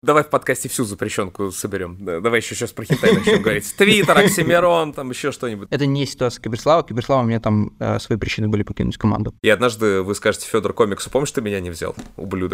Давай в подкасте всю запрещенку соберем. Давай еще сейчас про хентай начнем говорить. Твиттер, Оксимирон, там еще что-нибудь. Это не ситуация Киберслава. Киберслава у меня там свои причины были покинуть команду. И однажды вы скажете Федор Комиксу: помнишь, ты меня не взял, ублюдок?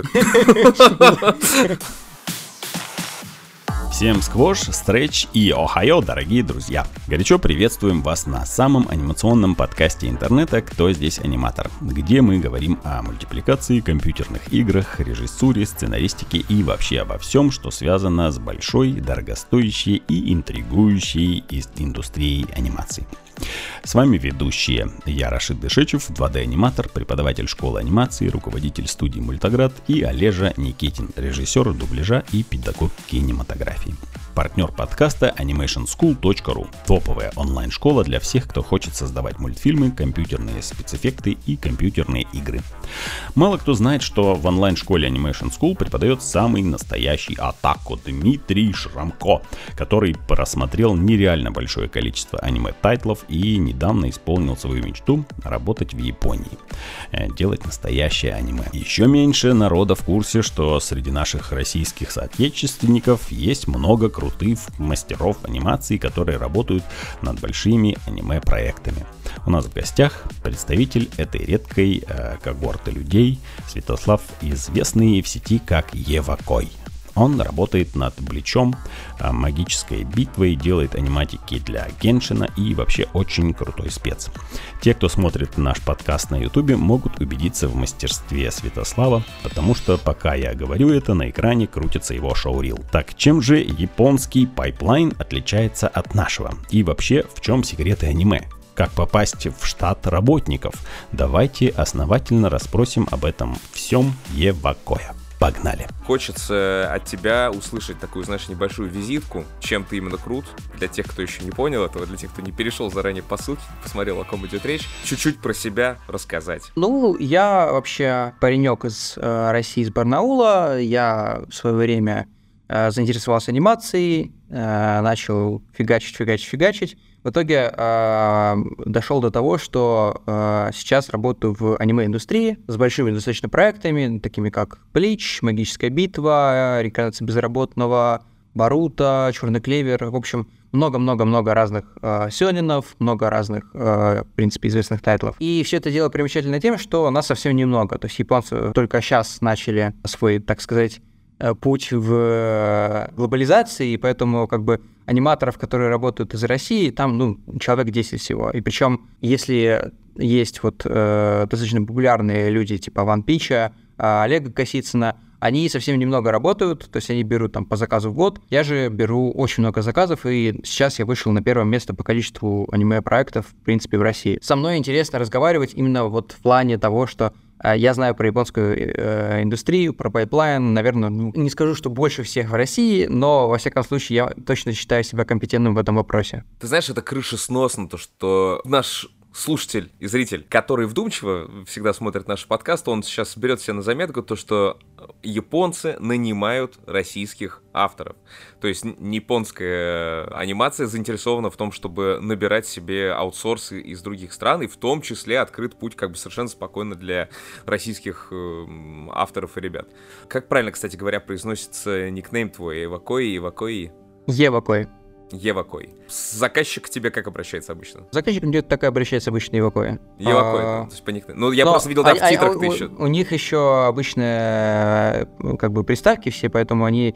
Всем сквош, стретч и охайо, дорогие друзья! Горячо приветствуем вас на самом анимационном подкасте интернета «Кто здесь аниматор?», где мы говорим о мультипликации, компьютерных играх, режиссуре, сценаристике и вообще обо всем, что связано с большой, дорогостоящей и интригующей индустрией анимации. С вами ведущие: я Рашид Дышечев, 2D-аниматор, преподаватель школы анимации, руководитель студии Мультоград, и Олежа Никитин, режиссер дубляжа и педагог кинематографии. Партнер подкаста animationschool.ru – топовая онлайн-школа для всех, кто хочет создавать мультфильмы, компьютерные спецэффекты и компьютерные игры. Мало кто знает, что в онлайн-школе Animation School преподает самый настоящий атаку Дмитрий Шрамко, который просмотрел нереально большое количество аниме-тайтлов и недавно исполнил свою мечту работать в Японии, делать настоящее аниме. Еще меньше народа в курсе, что среди наших российских соотечественников есть много крутых мастеров анимации, которые работают над большими аниме-проектами. У нас в гостях представитель этой редкой когорты людей Святослав, известный в сети как Евакой. Он работает над Бличом, магической битвой, делает аниматики для Геншина и вообще очень крутой спец. Те, кто смотрит наш подкаст на ютубе, могут убедиться в мастерстве Святослава, потому что пока я говорю это, на экране крутится его шоурил. Так чем же японский пайплайн отличается от нашего? И вообще, в чем секреты аниме? Как попасть в штат работников? Давайте основательно расспросим об этом всем Евакоя. Погнали. Хочется от тебя услышать такую, знаешь, небольшую визитку, чем ты именно крут, для тех, кто еще не понял этого, для тех, кто не перешел заранее по ссылке, посмотрел, о ком идет речь, чуть-чуть про себя рассказать. Ну, я вообще паренек из России, из Барнаула. Я в свое время заинтересовался анимацией, начал фигачить. В итоге дошел до того, что сейчас работаю в аниме-индустрии с большими достаточно проектами, такими как Блич, Магическая битва, Реинкарнация безработного, Боруто, Черный клевер. В общем, много-много-много разных сёнэнов, много разных, в принципе, известных тайтлов. И все это дело примечательно тем, что нас совсем немного. То есть японцы только сейчас начали свой, так сказать, путь в глобализации, и поэтому как бы аниматоров, которые работают из России, там, человек 10 всего. И причем, если есть вот достаточно популярные люди типа Ван Пича, Олега Косицына, они совсем немного работают, то есть они берут там по заказу в год. Я же беру очень много заказов, и сейчас я вышел на первое место по количеству аниме-проектов, в принципе, в России. Со мной интересно разговаривать именно вот в плане того, что я знаю про японскую индустрию, про пайплайн, наверное, не скажу, что больше всех в России, но, во всяком случае, я точно считаю себя компетентным в этом вопросе. Ты знаешь, это крышесносно, то, что наш слушатель и зритель, который вдумчиво всегда смотрит наш подкаст, он сейчас берет себе на заметку то, что японцы нанимают российских авторов. То есть японская анимация заинтересована в том, чтобы набирать себе аутсорсы из других стран, и в том числе открыт путь как бы совершенно спокойно для российских авторов и ребят. Как правильно, кстати говоря, произносится никнейм твой? Евакой? Евакой. Евакой. Заказчик к тебе как обращается обычно? Заказчик мне так и обращается обычно Евакой. Евакой, то есть по никнейму. Ну, я просто видел, да, в титрах ты еще. У них еще обычные как бы приставки все, поэтому они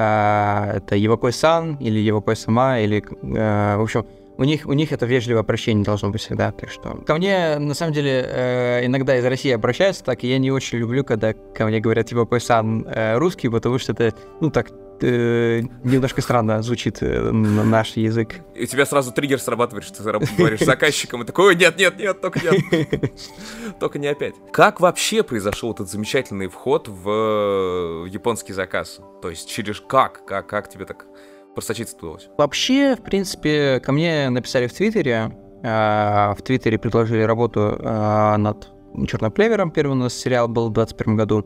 это Евакой-сан или Евакой-сама, или в общем, у них это вежливое обращение должно быть всегда, так что... Ко мне, на самом деле, иногда из России обращаются так, и я не очень люблю, когда ко мне говорят Евакой-сан русский, потому что это, так... немножко странно звучит наш язык. И у тебя сразу триггер срабатывает, что ты говоришь с заказчиком, и такой: нет, только нет. Только не опять. Как вообще произошел этот замечательный вход в японский заказ? То есть через как тебе так просочиться удалось? Вообще, в принципе, ко мне написали в Твиттере. В Твиттере предложили работу над Черным клевером. Первый у нас сериал был в 2021 году.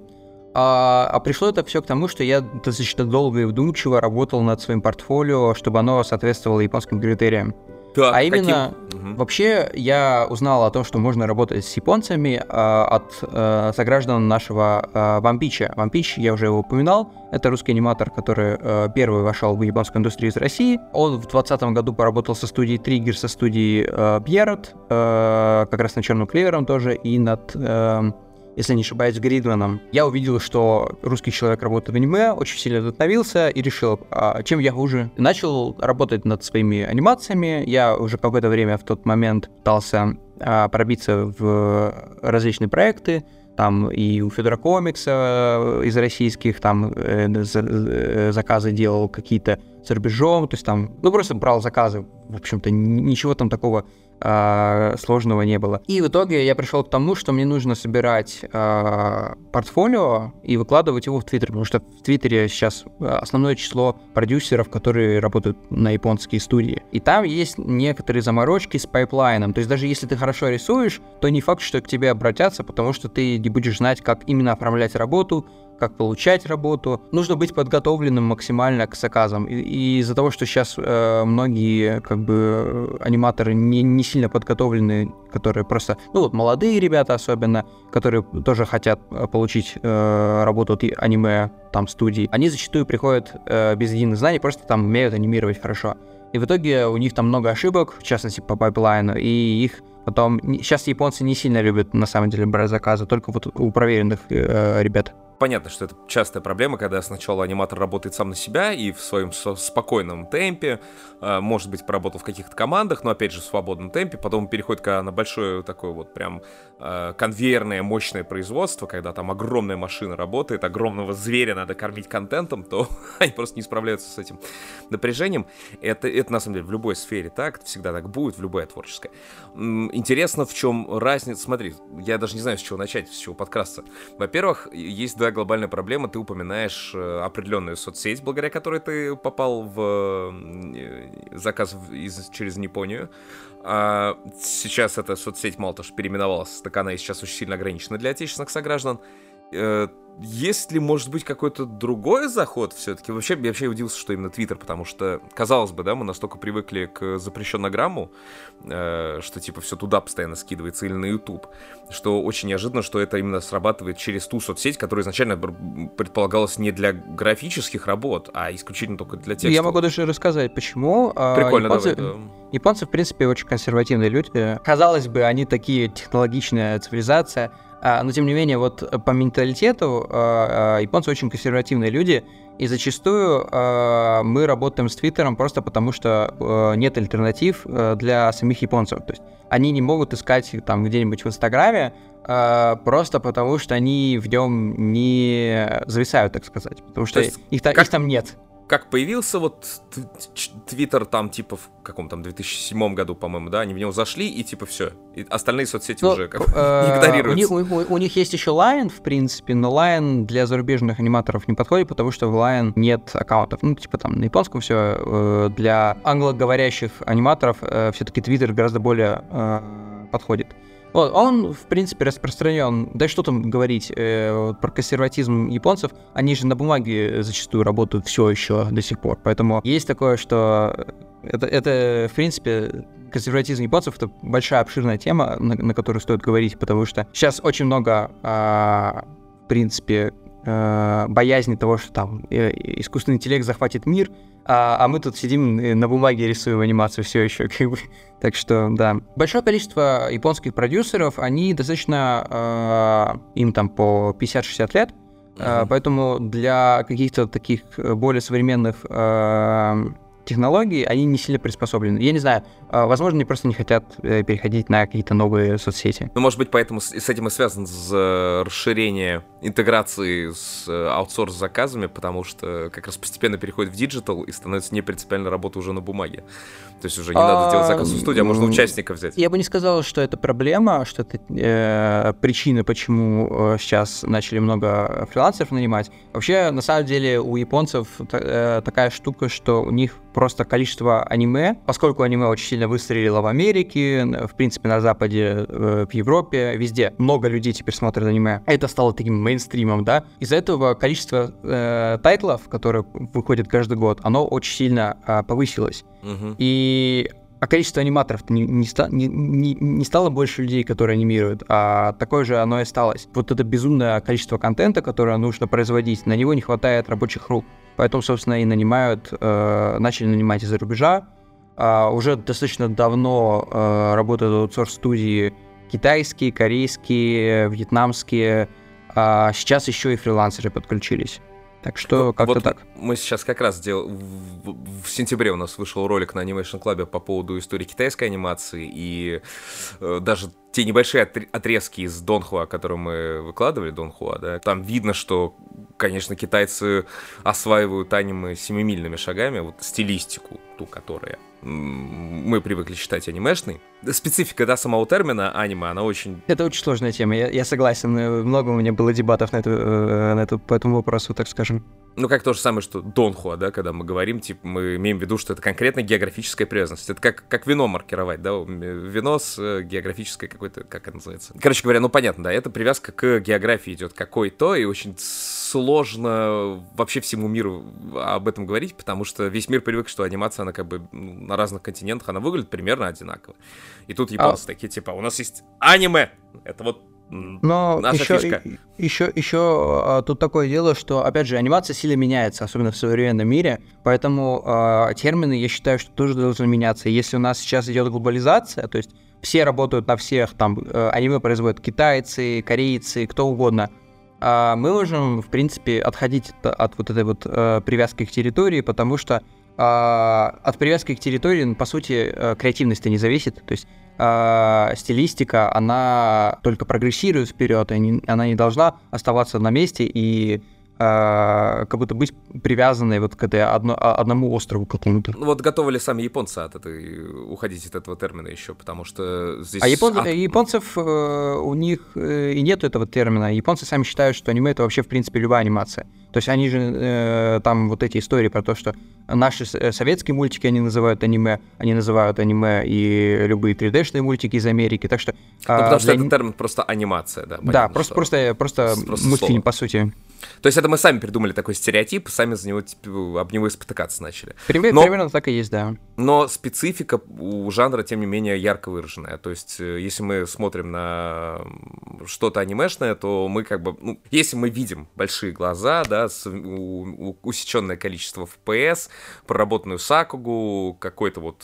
А пришло это все к тому, что я достаточно долго и вдумчиво работал над своим портфолио, чтобы оно соответствовало японским критериям. Так, а именно, вообще я узнал о том, что можно работать с японцами от сограждан нашего Вампича. Вампич, я уже его упоминал, это русский аниматор, который первый вошел в японскую индустрию из России. Он в 2020 году поработал со студией Trigger, со студией Bierrot, как раз над Черным Клевером тоже, и над... если не ошибаюсь, Гридманом. Я увидел, что русский человек работает в аниме, очень сильно вдохновился и решил, чем я хуже. Начал работать над своими анимациями. Я уже какое-то время в тот момент пытался пробиться в различные проекты. Там и у Федора Комикса из российских, там заказы делал какие-то за рубежом, то есть там, просто брал заказы, в общем-то, ничего там такого сложного не было. И в итоге я пришел к тому, что мне нужно собирать портфолио и выкладывать его в Твиттер, потому что в Твиттере сейчас основное число продюсеров, которые работают на японские студии. И там есть некоторые заморочки с пайплайном. То есть даже если ты хорошо рисуешь, то не факт, что к тебе обратятся, потому что ты не будешь знать, как именно оформлять работу, как получать работу. Нужно быть подготовленным максимально к заказам. И из-за того, что сейчас многие аниматоры не сильно подготовлены, которые просто, молодые ребята особенно, которые тоже хотят получить работу от аниме там студии, они зачастую приходят без единых знаний, просто там умеют анимировать хорошо. И в итоге у них там много ошибок, в частности по пайплайну, и их потом... Сейчас японцы не сильно любят на самом деле брать заказы, только вот у проверенных ребят. Понятно, что это частая проблема, когда сначала аниматор работает сам на себя и в своем спокойном темпе, может быть, поработал в каких-то командах, но, опять же, в свободном темпе, потом переходит на большое такое вот прям конвейерное, мощное производство, когда там огромная машина работает, огромного зверя надо кормить контентом, то они просто не справляются с этим напряжением. Это на самом деле в любой сфере так, это всегда так будет, в любой творческой. Интересно, в чем разница. Смотри, я даже не знаю, с чего начать, с чего подкрасться. Во-первых, есть глобальная проблема, ты упоминаешь определенную соцсеть, благодаря которой ты попал в заказ через Японию. Сейчас эта соцсеть мало того, что переименовалась, так она и сейчас очень сильно ограничена для отечественных сограждан. Есть ли, может быть, какой-то другой заход все-таки? Я вообще удивился, что именно Твиттер, потому что, казалось бы, да, мы настолько привыкли к запрещеннограмму, что типа все туда постоянно скидывается, или на YouTube, что очень неожиданно, что это именно срабатывает через ту соцсеть, которая изначально предполагалась не для графических работ, а исключительно только для текста. Я могу даже рассказать, почему. Прикольно, японцы, давай, да. Японцы, в принципе, очень консервативные люди. Казалось бы, они такие технологичная цивилизация, но, тем не менее, вот по менталитету японцы очень консервативные люди, и зачастую мы работаем с Твиттером просто потому, что нет альтернатив для самих японцев. То есть они не могут искать там где-нибудь в Инстаграме просто потому, что они в нем не зависают, так сказать, потому что их там нет. Как появился вот Твиттер там типа в каком там 2007 году, по-моему, да, они в него зашли и типа все, и остальные соцсети уже игнорируются. У них есть еще Line, в принципе, но Line для зарубежных аниматоров не подходит, потому что в Line нет аккаунтов. Типа там на японском все, для англоговорящих аниматоров все-таки Твиттер гораздо более подходит. Вот, он, в принципе, распространен. Да что там говорить про консерватизм японцев, они же на бумаге зачастую работают все еще до сих пор. Поэтому есть такое, что это в принципе, консерватизм японцев — это большая обширная тема, на которую стоит говорить, потому что сейчас очень много, в принципе, боязни того, что там искусственный интеллект захватит мир, а мы тут сидим на бумаге рисуем анимацию все еще, как бы. Так что, да. Большое количество японских продюсеров, они достаточно, им там по 50-60 лет, поэтому для каких-то таких более современных технологий они не сильно приспособлены. Я не знаю, возможно, они просто не хотят переходить на какие-то новые соцсети. Ну, может быть, поэтому с этим и связано расширение интеграции с аутсорс-заказами, потому что как раз постепенно переходит в диджитал и становится не принципиально работа уже на бумаге. То есть уже не надо делать заказ в студии, а можно участника взять. Я бы не сказал, что это проблема, что это причина, почему сейчас начали много фрилансеров нанимать. Вообще, на самом деле, у японцев такая штука, что у них просто количество аниме, поскольку аниме очень сильно выстрелило в Америке, в принципе, на Западе, в Европе, везде много людей теперь смотрят аниме. Это стало таким мейнстримом, да. Из-за этого количество тайтлов, которые выходят каждый год, оно очень сильно повысилось. И А количество аниматоров не стало больше людей, которые анимируют, а такое же оно и осталось. Вот это безумное количество контента, которое нужно производить, на него не хватает рабочих рук. Поэтому, собственно, и начали нанимать из-за рубежа. Уже достаточно давно работают аутсорс-студии китайские, корейские, вьетнамские. Сейчас еще и фрилансеры подключились. Так что как-то вот так. Мы сейчас как раз в сентябре у нас вышел ролик на Animation Club по поводу истории китайской анимации, и даже те небольшие отрезки из Донхуа, которые мы выкладывали, Донхуа, да, там видно, что, конечно, китайцы осваивают аниме семимильными шагами, вот стилистику, ту, которая мы привыкли считать анимешной. Специфика, да, самого термина аниме, она очень... Это очень сложная тема, я согласен. Много у меня было дебатов по этому вопросу, так скажем. Ну, как то же самое, что Донхуа, да, когда мы говорим, типа, мы имеем в виду, что это конкретно географическая привязанность. Это как вино маркировать, да, вино с географической какой-то, как это называется? Короче говоря, ну, понятно, да, это привязка к географии идет какой-то, и очень сложно вообще всему миру об этом говорить, потому что весь мир привык, что анимация, она как бы на разных континентах, она выглядит примерно одинаково. И тут японцы такие, типа, у нас есть аниме, это вот но наша фишка. Еще тут такое дело, что, опять же, анимация сильно меняется, особенно в современном мире, поэтому термины, я считаю, что тоже должны меняться. Если у нас сейчас идет глобализация, то есть все работают на всех, там, аниме производят китайцы, корейцы, кто угодно, мы можем, в принципе, отходить от вот этой вот привязки к территории, потому что от привязки к территории, по сути, креативность-то не зависит, то есть стилистика, она только прогрессирует вперед, она не должна оставаться на месте и как будто быть привязанной вот к одному острову какому-то. Вот готовы ли сами японцы уходить от этого термина еще, потому что здесь... Японцев у них и нету этого термина. Японцы сами считают, что аниме — это вообще, в принципе, любая анимация. То есть они же там вот эти истории про то, что наши советские мультики они называют аниме и любые 3D-шные мультики из Америки, так что... потому что этот термин просто анимация, да? Да, просто мультфильм, по сути. То есть это мы сами придумали такой стереотип, сами за него, типа, об него и спотыкаться начали. Примерно так и есть, да. Но специфика у жанра, тем не менее, ярко выраженная. То есть если мы смотрим на что-то анимешное, то мы как бы... Ну, если мы видим большие глаза, да, усеченное количество FPS, проработанную сакугу, какую-то вот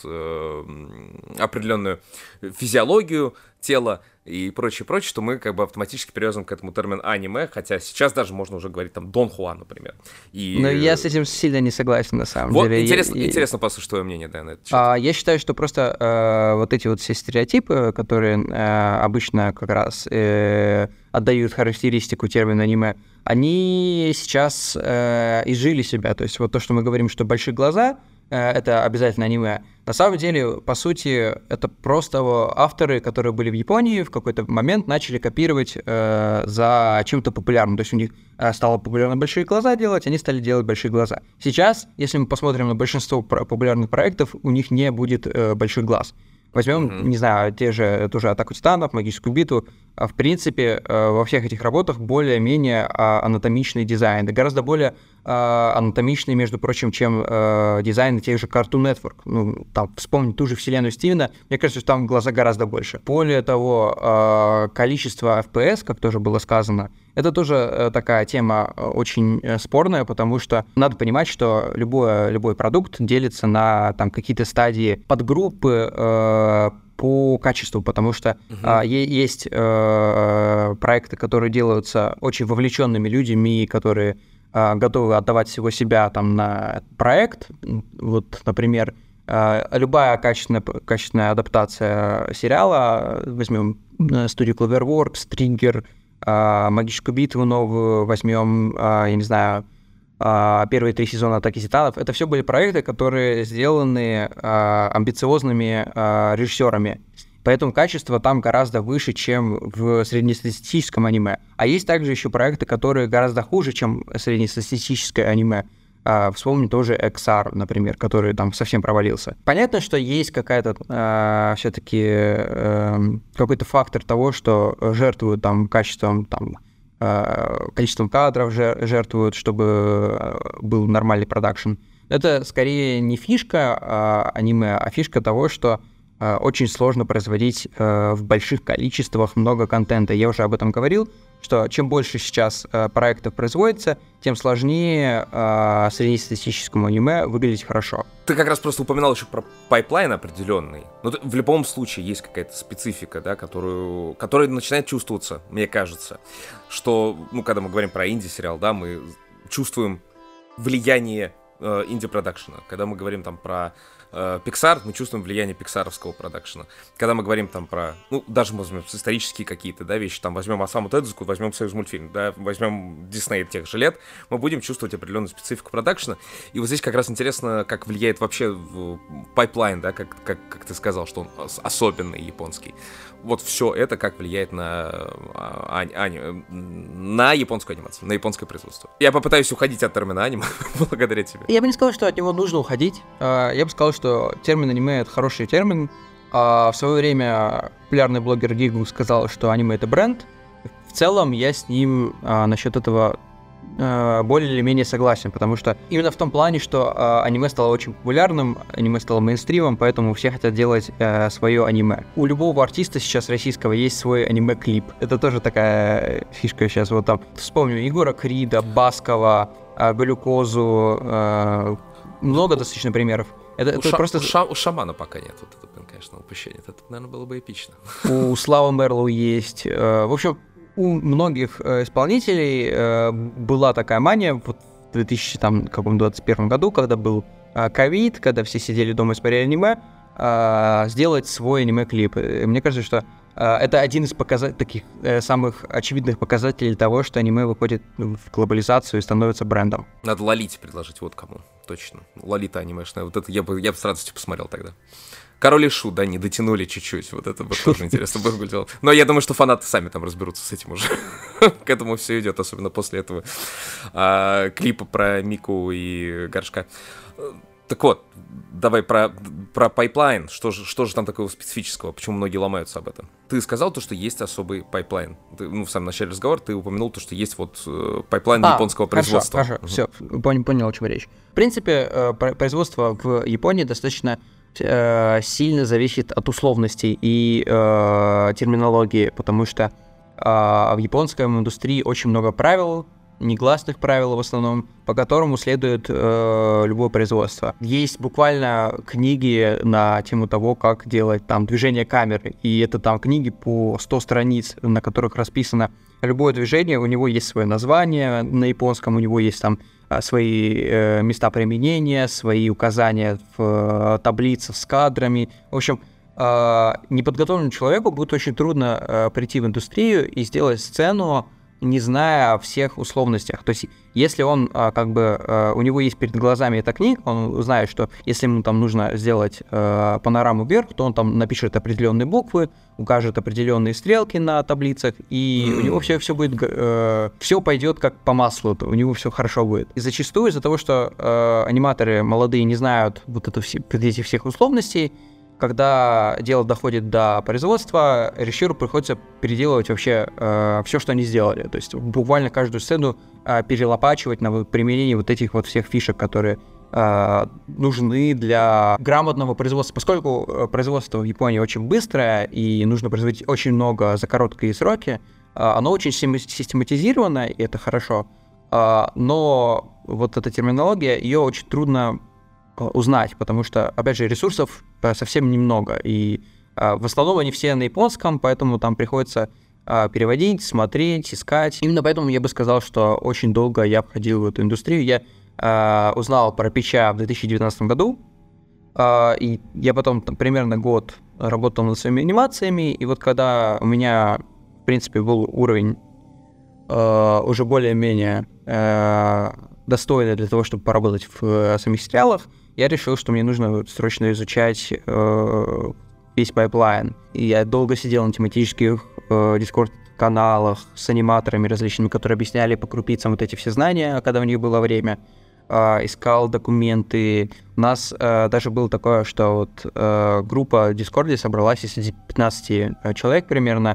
определенную физиологию тела и прочее, то мы как бы автоматически привязываем к этому термин аниме, хотя сейчас даже можно уже говорить там Донхуа, например. Но я с этим сильно не согласен, на самом вот деле. Интересно послушать твое мнение, да, на этот счет. Я считаю, что просто вот эти вот все стереотипы, которые обычно как раз отдают характеристику термина аниме, они сейчас изжили себя. То есть вот то, что мы говорим, что большие глаза — это обязательно аниме. На самом деле, по сути, это просто авторы, которые были в Японии, в какой-то момент начали копировать за чем-то популярным. То есть у них стало популярно большие глаза делать, они стали делать большие глаза. Сейчас, если мы посмотрим на большинство популярных проектов, у них не будет больших глаз. Возьмем, не знаю, ту же «Атаку титанов», «Магическую битву». В принципе, во всех этих работах более-менее анатомичный дизайн. И гораздо более анатомичный, между прочим, чем дизайн тех же Cartoon Network. Ну, там, вспомнить ту же вселенную Стивена, мне кажется, что там глаза гораздо больше. Более того, количество FPS, как тоже было сказано, это тоже такая тема очень спорная, потому что надо понимать, что любой продукт делится на там какие-то стадии подгруппы по качеству, потому что есть проекты, которые делаются очень вовлеченными людьми, которые готовы отдавать всего себя там на проект. Вот, например, любая качественная адаптация сериала, возьмем студию Cloverworks, Trigger, «Магическую битву» новую, возьмем, я не знаю, первые 3 сезона «Атаки титанов». Это все были проекты, которые сделаны амбициозными режиссерами. Поэтому качество там гораздо выше, чем в среднестатистическом аниме. А есть также еще проекты, которые гораздо хуже, чем среднестатистическое аниме. Вспомни тоже XR, например, который там совсем провалился. Понятно, что есть какая-то все-таки какой-то фактор того, что жертвуют там качеством, там, количеством кадров жертвуют, чтобы был нормальный продакшн. Это скорее не фишка аниме, а фишка того, что очень сложно производить в больших количествах много контента. Я уже об этом говорил, что чем больше сейчас проектов производится, тем сложнее среднестатистическому аниме выглядеть хорошо. Ты как раз просто упоминал еще про пайплайн определенный. Но в любом случае есть какая-то специфика, да, которая начинает чувствоваться, мне кажется, что, когда мы говорим про инди-сериал, да, мы чувствуем влияние инди-продакшена. Когда мы говорим там про Pixar, мы чувствуем влияние пиксаровского продакшена. Когда мы говорим там про, даже мы возьмем исторические какие-то, да, вещи, там возьмем Осаму Тедзуку, возьмем Союзмультфильм, да, возьмем Дисней тех же лет, мы будем чувствовать определенную специфику продакшена. И вот здесь как раз интересно, как влияет вообще пайплайн, да, как ты сказал, что он особенный японский. Вот все это как влияет на японскую анимацию, на японское производство. Я попытаюсь уходить от термина аниме благодаря тебе. Я бы не сказал, что от него нужно уходить. Я бы сказал, что термин аниме — это хороший термин. В свое время популярный блогер Гигу сказал, что аниме — это бренд. В целом я с ним насчет этого более или менее согласен, потому что именно в том плане, что аниме стало очень популярным, аниме стало мейнстримом, поэтому все хотят делать свое аниме. У любого артиста сейчас российского есть свой аниме-клип. Это тоже такая фишка сейчас. Вот там вспомню Егора Крида, Баскова, Галюкозу, много достаточно примеров. Это просто... У Шамана пока нет, вот это, конечно, упущение. Это, наверное, было бы эпично. У Славы Мерлоу есть. В общем, у многих исполнителей была такая мания вот в 2021 году, когда был ковид, когда все сидели дома и смотрели аниме, сделать свой аниме-клип. Мне кажется, что это один из таких самых очевидных показателей того, что аниме выходит в глобализацию и становится брендом. Надо Лолите предложить, вот кому, точно. Лолита анимешная, вот это я бы с радостью посмотрел тогда. Король и Шут, да, не дотянули чуть-чуть, вот это бы тоже интересно бы выглядело. Но я думаю, что фанаты сами там разберутся с этим уже. К этому все идет, особенно после этого клипа про Мику и Горшка. Так вот, давай про пайплайн. Что же там такого специфического? Почему многие ломаются об этом? Ты сказал то, что есть особый пайплайн. В самом начале разговора ты упомянул то, что есть вот пайплайн японского производства. Хорошо, все, понял, о чем речь. В принципе, производство в Японии достаточно сильно зависит от условностей и терминологии, потому что в японской индустрии очень много правил, негласных правил в основном, по которому следует любое производство. Есть буквально книги на тему того, как делать там движение камеры, и это там книги по 100 страниц, на которых расписано любое движение, у него есть свое название на японском, у него есть там свои места применения, свои указания в таблицах с кадрами. В общем, неподготовленному человеку будет очень трудно прийти в индустрию и сделать сцену, не зная о всех условностях. То есть, если он, у него есть перед глазами эта книга, он знает, что если ему там нужно сделать панораму вверх, то он там напишет определенные буквы, укажет определенные стрелки на таблицах, и у него все будет, все пойдет как по маслу, у него все хорошо будет. И зачастую из-за того, что аниматоры молодые не знают вот этих всех условностей, когда дело доходит до производства, режиссеру приходится переделывать вообще все, что они сделали. То есть буквально каждую сцену перелопачивать на применение вот этих вот всех фишек, которые нужны для грамотного производства. Поскольку производство в Японии очень быстрое и нужно производить очень много за короткие сроки, оно очень систематизировано, и это хорошо. Но вот эта терминология, ее очень трудно узнать, потому что, опять же, ресурсов совсем немного, и в основном они все на японском, поэтому там приходится переводить, смотреть, искать. Именно поэтому я бы сказал, что очень долго я входил в эту индустрию. Я узнал про Пича в 2019 году, и я потом примерно год работал над своими анимациями, и вот когда у меня, в принципе, был уровень уже более-менее достойный для того, чтобы поработать в самих сериалах, я решил, что мне нужно срочно изучать весь пайплайн. И я долго сидел на тематических дискорд-каналах с аниматорами различными, которые объясняли по крупицам вот эти все знания, когда у них было время. Искал документы. У нас даже было такое, что вот группа в Дискорде собралась из 15 человек примерно,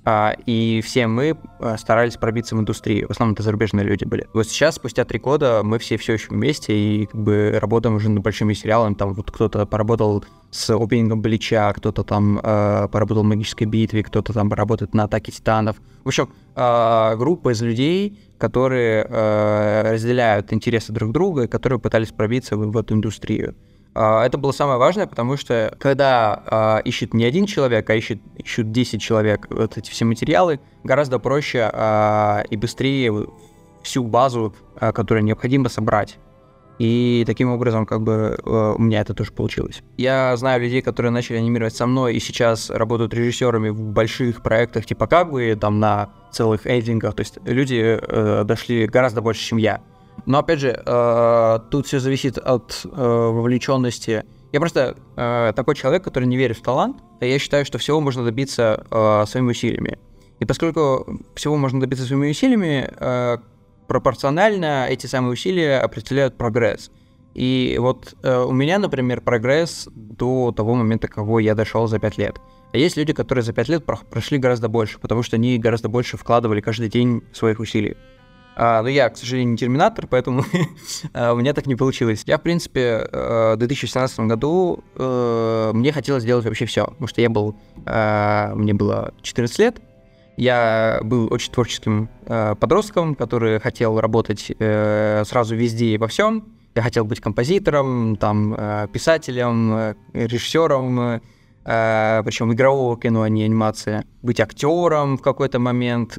и все мы старались пробиться в индустрию. В основном это зарубежные люди были. Вот сейчас, спустя 3 года, мы все еще вместе и как бы работаем уже над большими сериалами. Там вот кто-то поработал с опенингом Блича, кто-то там поработал в «Магической битве», кто-то там работает на «Атаке титанов». В общем, группа из людей, которые разделяют интересы друг друга и которые пытались пробиться в эту индустрию. Это было самое важное, потому что когда ищет не один человек, а ищут 10 человек вот эти все материалы, гораздо проще и быстрее всю базу, которую необходимо, собрать. И таким образом, как бы, у меня это тоже получилось. Я знаю людей, которые начали анимировать со мной и сейчас работают режиссерами в больших проектах, типа Кагуи, там на целых эндингах. То есть люди дошли гораздо больше, чем я. Но, опять же, тут все зависит от вовлеченности. Я просто такой человек, который не верит в талант, а я считаю, что всего можно добиться своими усилиями. И поскольку всего можно добиться своими усилиями, пропорционально эти самые усилия определяют прогресс. И вот у меня, например, прогресс до того момента, кого я дошел за 5 лет. А есть люди, которые за 5 лет прошли гораздо больше, потому что они гораздо больше вкладывали каждый день своих усилий. Но я, к сожалению, не терминатор, поэтому у меня так не получилось. Я, в принципе, в 2017 году мне хотелось сделать вообще все, потому что мне было 14 лет, я был очень творческим подростком, который хотел работать сразу везде и во всем. Я хотел быть композитором, там, писателем, режиссером, причем игрового кино, а не анимации, быть актером в какой-то момент.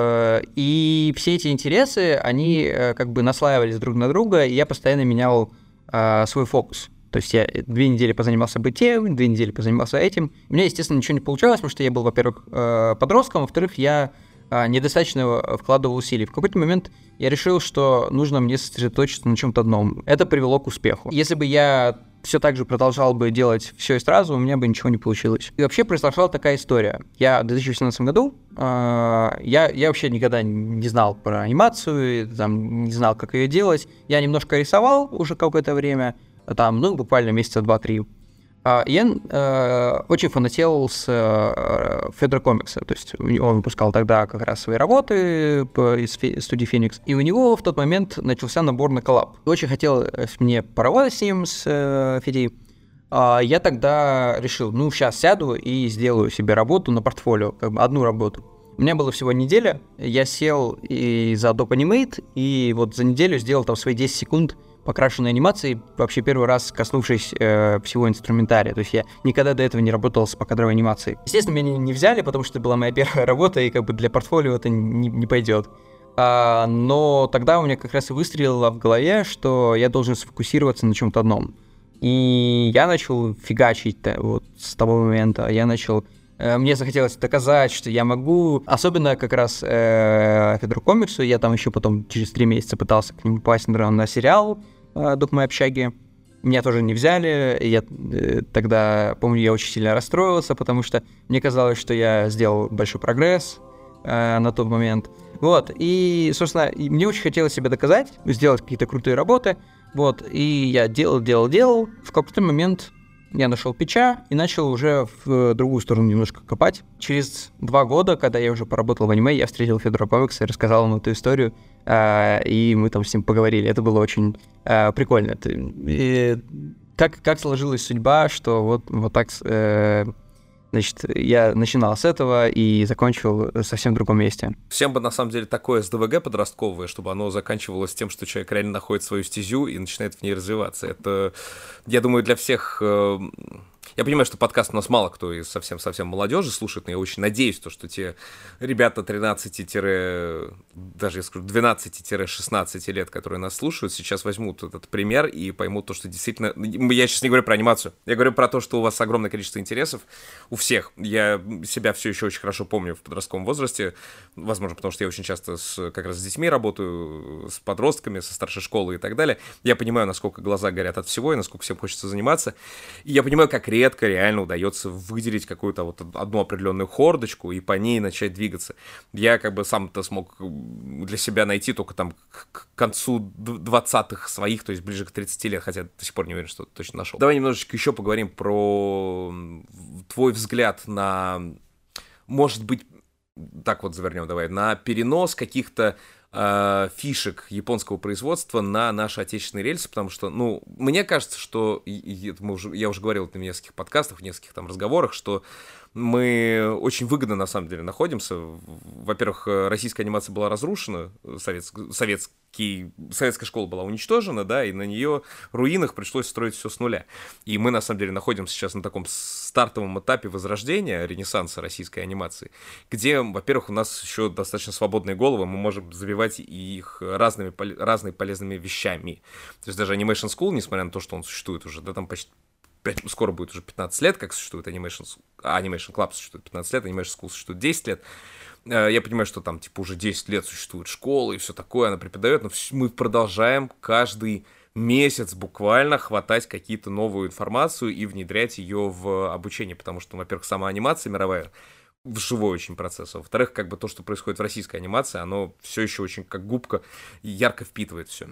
И все эти интересы, они как бы наслаивались друг на друга, и я постоянно менял свой фокус. То есть я 2 недели позанимался бытием, 2 недели позанимался этим. У меня, естественно, ничего не получалось, потому что я был, во-первых, подростком, во-вторых, я недостаточно вкладывал усилий. В какой-то момент я решил, что нужно мне сосредоточиться на чем-то одном. Это привело к успеху. Если бы я все так же продолжал бы делать все и сразу, у меня бы ничего не получилось. И вообще произошла такая история. Я в 2018 году, я вообще никогда не знал про анимацию, там, не знал, как ее делать. Я немножко рисовал уже какое-то время, там, буквально месяца 2-3. Я очень фанател с Федора Комикса, то есть он выпускал тогда как раз свои работы из студии Phoenix, и у него в тот момент начался набор на коллаб. Очень хотел мне поработать с ним, с Федей. Я тогда решил, сейчас сяду и сделаю себе работу на портфолио, как бы одну работу. У меня было всего неделя, я сел и за Adobe Animate, и вот за неделю сделал там свои 10 секунд покрашенной анимации, вообще первый раз коснувшись всего инструментария. То есть я никогда до этого не работал с покадровой анимацией. Естественно, меня не взяли, потому что это была моя первая работа, и как бы для портфолио это не пойдет. Но тогда у меня как раз и выстрелило в голове, что я должен сфокусироваться на чем-то одном. И я начал фигачить вот с того момента. Мне захотелось доказать, что я могу. Особенно как раз Федору Комиксу. Я там еще потом через 3 месяца пытался к нему попасть на сериал «Дух моей общаги». Меня тоже не взяли. Я тогда, помню, я очень сильно расстроился, потому что мне казалось, что я сделал большой прогресс на тот момент. Вот. И, собственно, мне очень хотелось себя доказать, сделать какие-то крутые работы. Вот. И я делал. В какой-то момент я нашел Пича и начал уже в другую сторону немножко копать. Через 2 года, когда я уже поработал в аниме, я встретил Федора Комикса и рассказал ему эту историю, и мы там с ним поговорили. Это было очень прикольно. И как сложилась судьба, что вот так, значит, я начинал с этого и закончил в совсем другом месте. Всем бы, на самом деле, такое СДВГ подростковое, чтобы оно заканчивалось тем, что человек реально находит свою стезю и начинает в ней развиваться. Это, я думаю, для всех... Я понимаю, что подкаст у нас мало кто из совсем-совсем молодежи слушает, но я очень надеюсь, что те ребята 13-даже, я скажу, 12-16 лет, которые нас слушают, сейчас возьмут этот пример и поймут то, что действительно... Я сейчас не говорю про анимацию, я говорю про то, что у вас огромное количество интересов у всех. Я себя все еще очень хорошо помню в подростковом возрасте, возможно, потому что я очень часто как раз с детьми работаю, с подростками, со старшей школы и так далее. Я понимаю, насколько глаза горят от всего и насколько всем хочется заниматься. И я понимаю, как редко реально удается выделить какую-то вот одну определенную хордочку и по ней начать двигаться. Я как бы сам-то смог для себя найти только там к концу 20-х своих, то есть ближе к 30 лет, хотя до сих пор не уверен, что точно нашел. Давай немножечко еще поговорим про твой взгляд на, может быть, так вот завернем, давай, на перенос каких-то фишек японского производства на наши отечественные рельсы, потому что, ну, мне кажется, что, я уже говорил это в нескольких подкастах, в нескольких там разговорах, что мы очень выгодно, на самом деле, находимся. Во-первых, российская анимация была разрушена, советская школа была уничтожена, да, и на нее руинах пришлось строить все с нуля. И мы, на самом деле, находимся сейчас на таком стартовом этапе возрождения, ренессанса российской анимации, где, во-первых, у нас еще достаточно свободные головы, мы можем забивать их разными полезными вещами. То есть даже Animation School, несмотря на то, что он существует уже, да, там почти скоро будет уже 15 лет, как существует Animation Club существует 15 лет, Animation School существует 10 лет. Я понимаю, что там, типа, уже 10 лет существует школа и все такое, она преподает, но мы продолжаем каждый месяц буквально хватать какие-то новую информацию и внедрять ее в обучение, потому что, во-первых, сама анимация мировая живой очень процесс, а во-вторых, как бы то, что происходит в российской анимации, оно все еще очень как губка ярко впитывает все.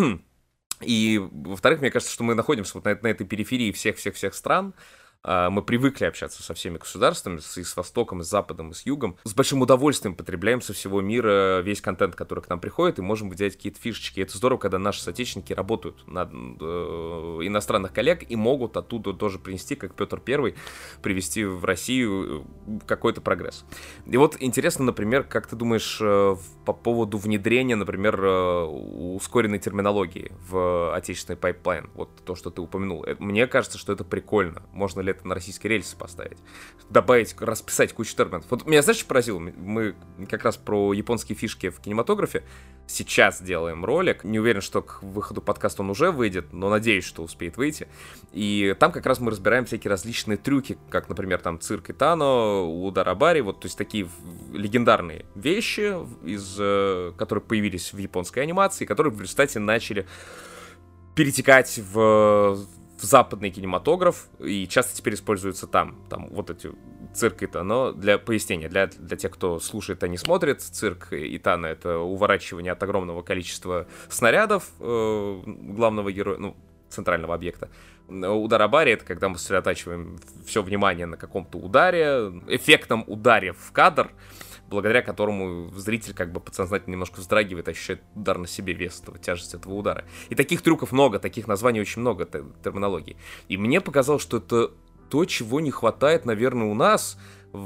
И, во-вторых, мне кажется, что мы находимся вот на этой периферии всех-всех-всех стран. Мы привыкли общаться со всеми государствами, и с Востоком, и с Западом, и с Югом. С большим удовольствием потребляем со всего мира весь контент, который к нам приходит, и можем выделять какие-то фишечки. И это здорово, когда наши соотечественники работают на иностранных коллег и могут оттуда тоже принести, как Петр I, привести в Россию какой-то прогресс. И вот интересно, например, как ты думаешь по поводу внедрения, например, ускоренной терминологии в отечественный пайплайн? Вот то, что ты упомянул. Мне кажется, что это прикольно. Можно ли это на российские рельсы поставить? Добавить, расписать кучу терминов. Вот меня, знаешь, что поразило? Мы как раз про японские фишки в кинематографе сейчас делаем ролик. Не уверен, что к выходу подкаста он уже выйдет, но надеюсь, что успеет выйти. И там как раз мы разбираем всякие различные трюки, как, например, там цирк Итано, удар Абари, вот, то есть такие легендарные вещи, которые появились в японской анимации, которые в результате начали перетекать в западный кинематограф, и часто теперь используются там вот эти цирк Итано, для пояснения, для тех, кто слушает, а не смотрит, цирк Итано — это уворачивание от огромного количества снарядов главного героя, центрального объекта. Удар Абари — это когда мы сосредотачиваем все внимание на каком-то ударе, эффектном ударе в кадр, благодаря которому зритель как бы подсознательно немножко вздрагивает, ощущает удар на себе, вес этого, тяжесть этого удара. И таких трюков много, таких названий очень много, терминологий. И мне показалось, что это то, чего не хватает, наверное, у нас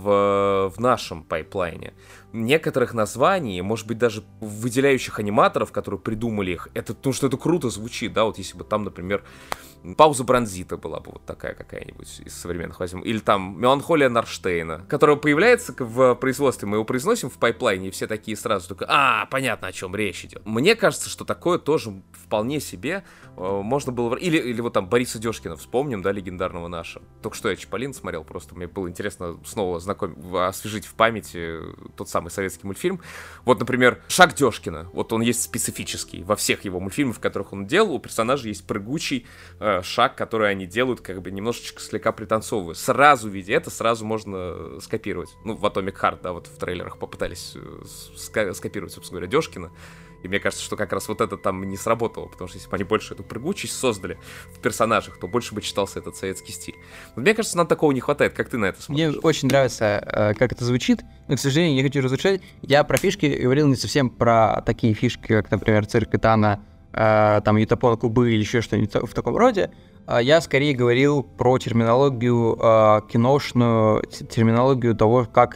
в нашем пайплайне. Некоторых названий, может быть, даже выделяющих аниматоров, которые придумали их, потому что это круто звучит, да, вот если бы там, например, пауза Бронзита была бы вот такая какая-нибудь из современных возьмем, или там Меланхолия Нарштейна, которая появляется в производстве, мы его произносим в пайплайне, и все такие сразу только, понятно, о чем речь идет. Мне кажется, что такое тоже вполне себе можно было... Или вот там Бориса Дёшкина вспомним, да, легендарного нашего. Только что я Чиполлино смотрел, просто мне было интересно снова освежить в памяти тот самый советский мультфильм. Вот, например, шаг Дёшкина. Вот он есть специфический. Во всех его мультфильмах, в которых он делал, у персонажей есть прыгучий шаг, который они делают, как бы немножечко слегка пританцовывая. Сразу видя это, сразу можно скопировать. В Atomic Heart, да, вот в трейлерах попытались скопировать, собственно говоря, Дёшкина. И мне кажется, что как раз вот это там не сработало, потому что если бы они больше эту прыгучесть создали в персонажах, то больше бы читался этот советский стиль. Но мне кажется, нам такого не хватает. Как ты на это смотришь? Мне очень нравится, как это звучит, но, к сожалению, не хочу разрушать. Я про фишки говорил не совсем про такие фишки, как, например, цирк Итано, там, Ютапон Кубы или еще что-нибудь в таком роде. Я скорее говорил про терминологию киношную, терминологию того, как...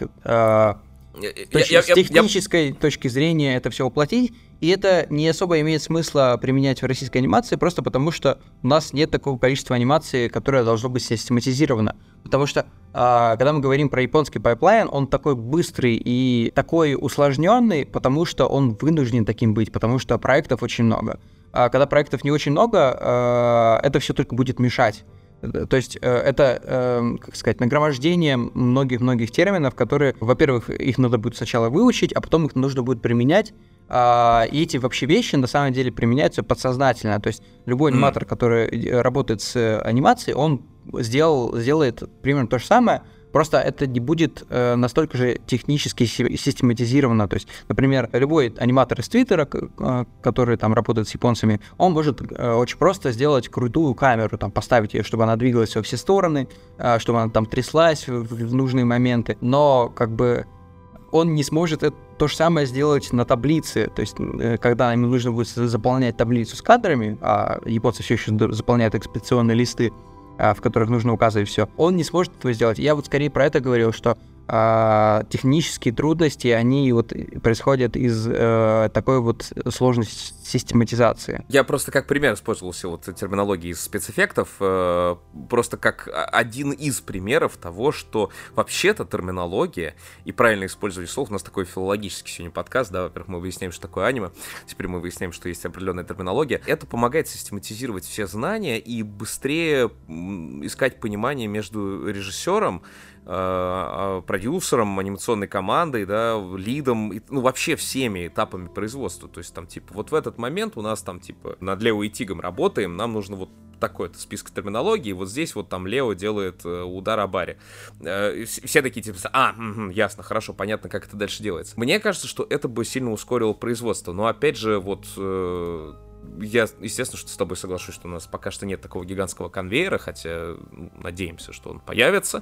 с технической точки зрения это все воплотить, и это не особо имеет смысла применять в российской анимации, просто потому что у нас нет такого количества анимации, которое должно быть систематизировано. Потому что, когда мы говорим про японский пайплайн, он такой быстрый и такой усложненный, потому что он вынужден таким быть, потому что проектов очень много. А когда проектов не очень много, это все только будет мешать. То есть это, как сказать, нагромождение многих-многих терминов, которые, во-первых, их надо будет сначала выучить, а потом их нужно будет применять. И эти вообще вещи на самом деле применяются подсознательно. То есть любой аниматор, который работает с анимацией, он сделает примерно то же самое, просто это не будет настолько же технически систематизировано. То есть, например, любой аниматор из Твиттера, который там работает с японцами, он может очень просто сделать крутую камеру, там, поставить ее, чтобы она двигалась во все стороны, чтобы она там тряслась в нужные моменты. Но как бы он не сможет то же самое сделать на таблице. То есть, когда ему нужно будет заполнять таблицу с кадрами, а японцы все еще заполняют экспедиционные листы, в которых нужно указывать все, он не сможет этого сделать. Я вот скорее про это говорил, что технические трудности, они вот происходят из такой вот сложной систематизации. Я просто как пример использовался вот терминологии из спецэффектов, просто как один из примеров того, что вообще-то терминология и правильное использование слов, у нас такой филологический сегодня подкаст, да, во-первых, мы выясняем, что такое аниме, теперь мы выясняем, что есть определенная терминология, это помогает систематизировать все знания и быстрее искать понимание между режиссером, продюсером, анимационной командой, да, лидом, ну, вообще всеми этапами производства. То есть там, типа, вот в этот момент у нас там, типа, над Лео и Тигом работаем, нам нужно вот такой-то список терминологии, вот здесь вот там Лео делает удар о баре. Все такие, типа, ясно, хорошо, понятно, как это дальше делается. Мне кажется, что это бы сильно ускорило производство, но, опять же, вот... Я, естественно, что с тобой соглашусь, что у нас пока что нет такого гигантского конвейера, хотя надеемся, что он появится,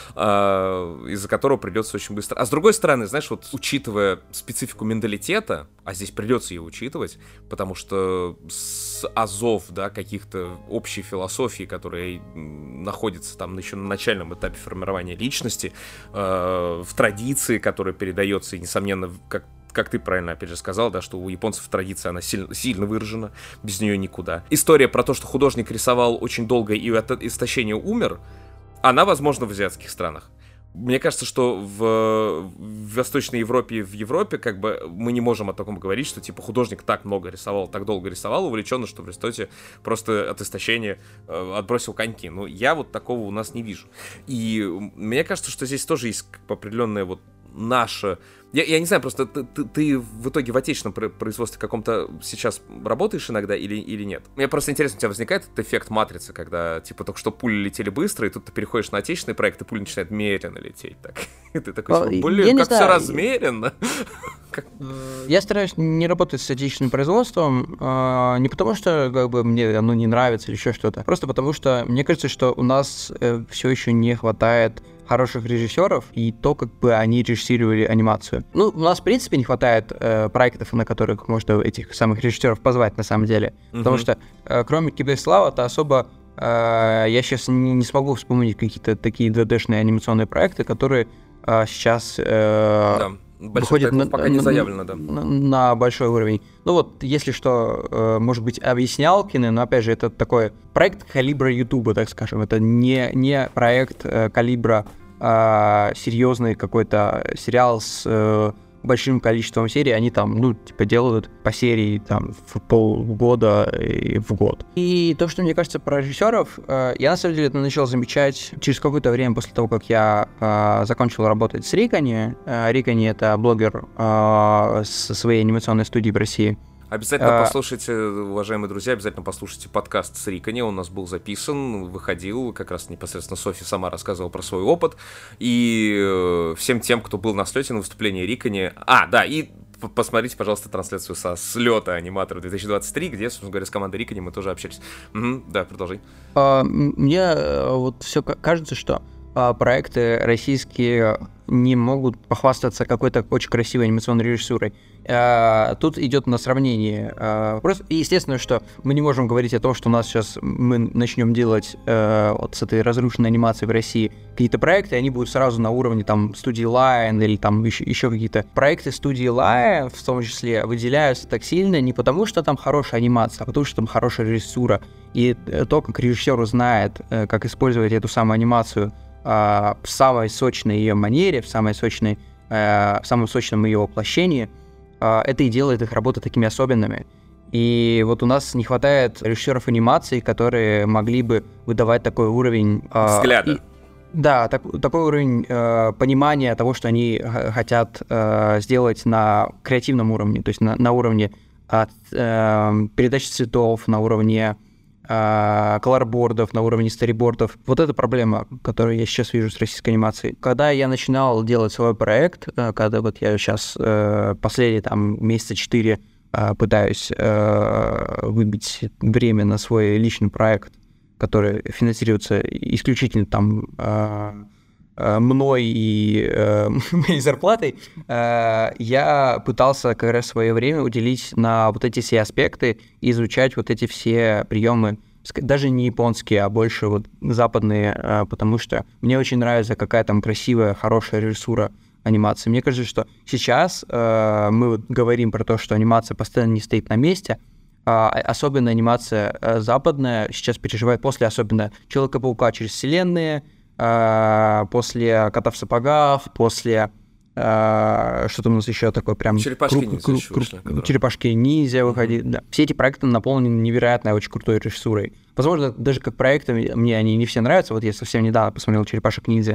из-за которого придется очень быстро. А с другой стороны, знаешь, вот учитывая специфику менталитета, а здесь придется ее учитывать, потому что с азов, да, каких-то общей философии, которая находится там еще на начальном этапе формирования личности, в традиции, которая передается, и, несомненно, как ты правильно, опять же, сказал, да, что у японцев традиция, она сильно выражена, без нее никуда. История про то, что художник рисовал очень долго и от истощения умер, она возможна в азиатских странах. Мне кажется, что в Восточной Европе и в Европе как бы мы не можем о таком говорить, что типа художник так много рисовал, так долго рисовал, увлеченно, что в результате просто от истощения отбросил коньки. Но я вот такого у нас не вижу. И мне кажется, что здесь тоже есть как бы определенная вот наша... Я не знаю, просто ты в итоге в отечественном производстве каком-то сейчас работаешь иногда или нет? Мне просто интересно, у тебя возникает этот эффект матрицы, когда, типа, только что пули летели быстро, и тут ты переходишь на отечественный проект, и пуля начинает медленно лететь, так. И ты такой, типа, блин, как все размеренно. Я стараюсь не работать с отечественным производством, не потому что, как бы, мне оно не нравится или еще что-то, просто потому что мне кажется, что у нас все еще не хватает хороших режиссеров, и то, как бы они режиссировали анимацию. Ну, у нас, в принципе, не хватает проектов, на которых можно этих самых режиссеров позвать, на самом деле. Потому что, кроме Киберслава-то особо я сейчас не смогу вспомнить какие-то такие 2D-шные анимационные проекты, которые сейчас выходят пока не заявлено, да. На большой уровень. Ну вот, если что, может быть, объяснялкины, но, опять же, это такой проект калибра Ютуба, так скажем. Это не проект калибра серьезный какой-то сериал с большим количеством серий. Они там, ну, типа, делают по серии там в полгода и в год. И то, что мне кажется про режиссеров, я на самом деле это начал замечать через какое-то время после того, как я закончил работать с Рикани. Рикани — это блогер со своей анимационной студией в России. Обязательно послушайте, уважаемые друзья, обязательно послушайте подкаст с Рикани, он у нас был записан, выходил, как раз непосредственно Софья сама рассказывала про свой опыт, и всем тем, кто был на слете на выступлении Рикани, и посмотрите, пожалуйста, трансляцию со слета аниматора 2023, где, собственно говоря, с командой Рикани мы тоже общались. Да, продолжай. Мне вот все кажется, что проекты российские не могут похвастаться какой-то очень красивой анимационной режиссурой. Тут идет на сравнение. Просто естественно, что мы не можем говорить о том, что у нас сейчас мы начнем делать вот с этой разрушенной анимацией в России какие-то проекты, они будут сразу на уровне там студии Lion или там еще какие-то проекты студии Lion, в том числе, выделяются так сильно не потому, что там хорошая анимация, а потому, что там хорошая режиссура. И то, как режиссер знает, как использовать эту самую анимацию в самой сочной ее манере, в самом сочном ее воплощении, это и делает их работы такими особенными. И вот у нас не хватает режиссеров анимации, которые могли бы выдавать такой уровень... взгляда. Такой уровень понимания того, что они хотят сделать на креативном уровне, то есть на уровне передачи цветов, на уровне колорбордов, на уровне сторибордов. Вот это проблема, которую я сейчас вижу с российской анимацией. Когда я начинал делать свой проект, когда вот я сейчас последние там месяца 4 пытаюсь выбить время на свой личный проект, который финансируется исключительно там мной и моей зарплатой, я пытался как раз свое время уделить на вот эти все аспекты и изучать вот эти все приемы, даже не японские, а больше вот западные, потому что мне очень нравится, какая там красивая, хорошая режиссура анимации. Мне кажется, что сейчас мы вот говорим про то, что анимация постоянно не стоит на месте, особенно анимация западная сейчас переживает после особенно Человека-паука через вселенные, после Кота в сапогах, после что там у нас еще такое прям... Черепашки-ниндзя выходили. Да. Все эти проекты наполнены невероятной, очень крутой режиссурой. Возможно, даже как проекты мне они не все нравятся. Вот я совсем недавно посмотрел «Черепашек-ниндзя».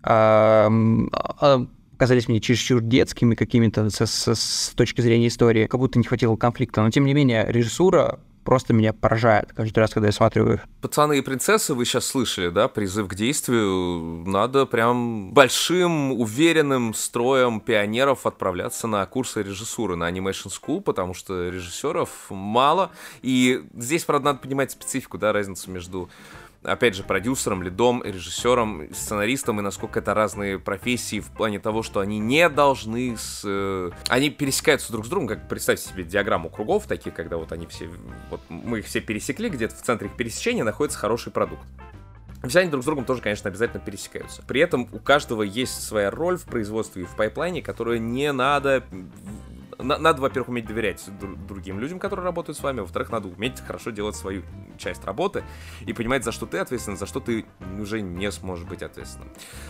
Казались мне чересчур детскими какими-то с точки зрения истории, как будто не хватило конфликта. Но, тем не менее, режиссура просто меня поражает каждый раз, когда я смотрю их. Пацаны и принцессы, вы сейчас слышали, да, призыв к действию. Надо прям большим, уверенным строем пионеров отправляться на курсы режиссуры, на Animation School, потому что режиссеров мало. И здесь, правда, надо понимать специфику, да, разницу между... опять же, продюсером, лидом, режиссером, сценаристом, и насколько это разные профессии в плане того, что они не должны они пересекаются друг с другом, как представьте себе диаграмму кругов, такие, когда вот они все, вот мы их все пересекли, где-то в центре их пересечения находится хороший продукт. Все они друг с другом тоже, конечно, обязательно пересекаются. При этом у каждого есть своя роль в производстве и в пайплайне, которую не надо... Надо, во-первых, уметь доверять другим людям, которые работают с вами, во-вторых, надо уметь хорошо делать свою часть работы и понимать, за что ты ответственен, за что ты уже не сможешь быть ответственным.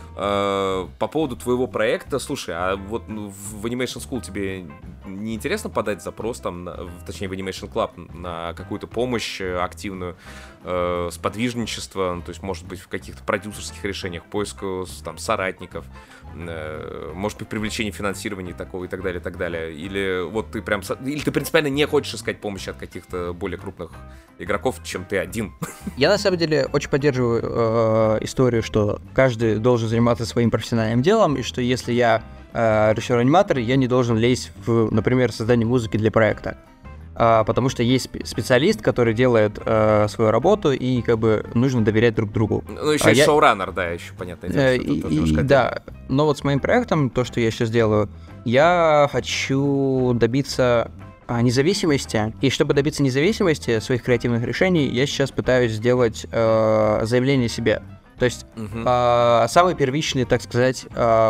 По поводу твоего проекта, слушай, а вот в Animation School тебе не интересно подать запрос, там, точнее, в Animation Club на какую-то помощь активную, сподвижничество, то есть, может быть, в каких-то продюсерских решениях, поиску там соратников, может быть, привлечение финансирования такого и так далее, и так далее. Или вот ты прям... Или ты принципиально не хочешь искать помощи от каких-то более крупных игроков, чем ты один. Я, на самом деле, очень поддерживаю историю, что каждый должен заниматься своим профессиональным делом, и что если я режиссер-аниматор, я не должен лезть в, например, создание музыки для проекта. Потому что есть специалист, который делает свою работу, и как бы нужно доверять друг другу. Ну, еще есть шоураннер, да, еще понятно. Да, но вот с моим проектом, то, что я сейчас делаю, я хочу добиться независимости, и чтобы добиться независимости своих креативных решений, я сейчас пытаюсь сделать заявление себе. То есть самый первичный, так сказать,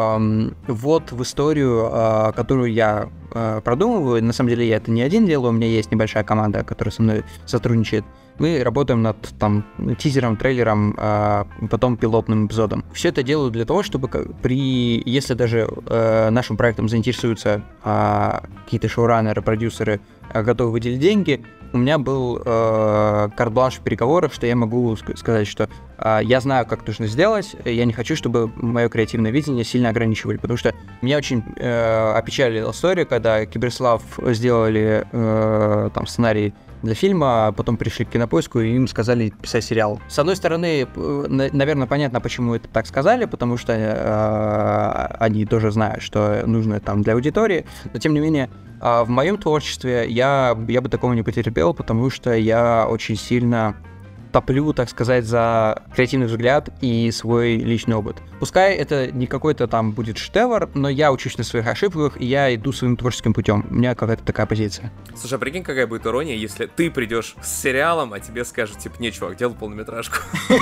ввод в историю, которую я продумываю. На самом деле я это не один делаю, у меня есть небольшая команда, которая со мной сотрудничает. Мы работаем над там тизером, трейлером, потом пилотным эпизодом. Все это делаю для того, чтобы если даже нашим проектом заинтересуются какие-то шоураннеры, продюсеры, готовы выделить деньги, у меня был карт-бланш в переговорах, что я могу сказать, что я знаю, как нужно сделать, я не хочу, чтобы мое креативное видение сильно ограничивали, потому что меня очень опечалила история, когда Киберслав сделали там сценарий для фильма, а потом пришли к Кинопоиску и им сказали писать сериал. С одной стороны, наверное, понятно, почему это так сказали, потому что они тоже знают, что нужно там для аудитории, но тем не менее, в моем творчестве я бы такого не потерпел, потому что я очень сильно топлю, так сказать, за креативный взгляд и свой личный опыт. Пускай это не какой-то там будет шедевр, но я учусь на своих ошибках, и я иду своим творческим путем. У меня какая-то такая позиция. Слушай, а прикинь, какая будет ирония, если ты придешь с сериалом, а тебе скажут, типа, не, чувак, делал полнометражку.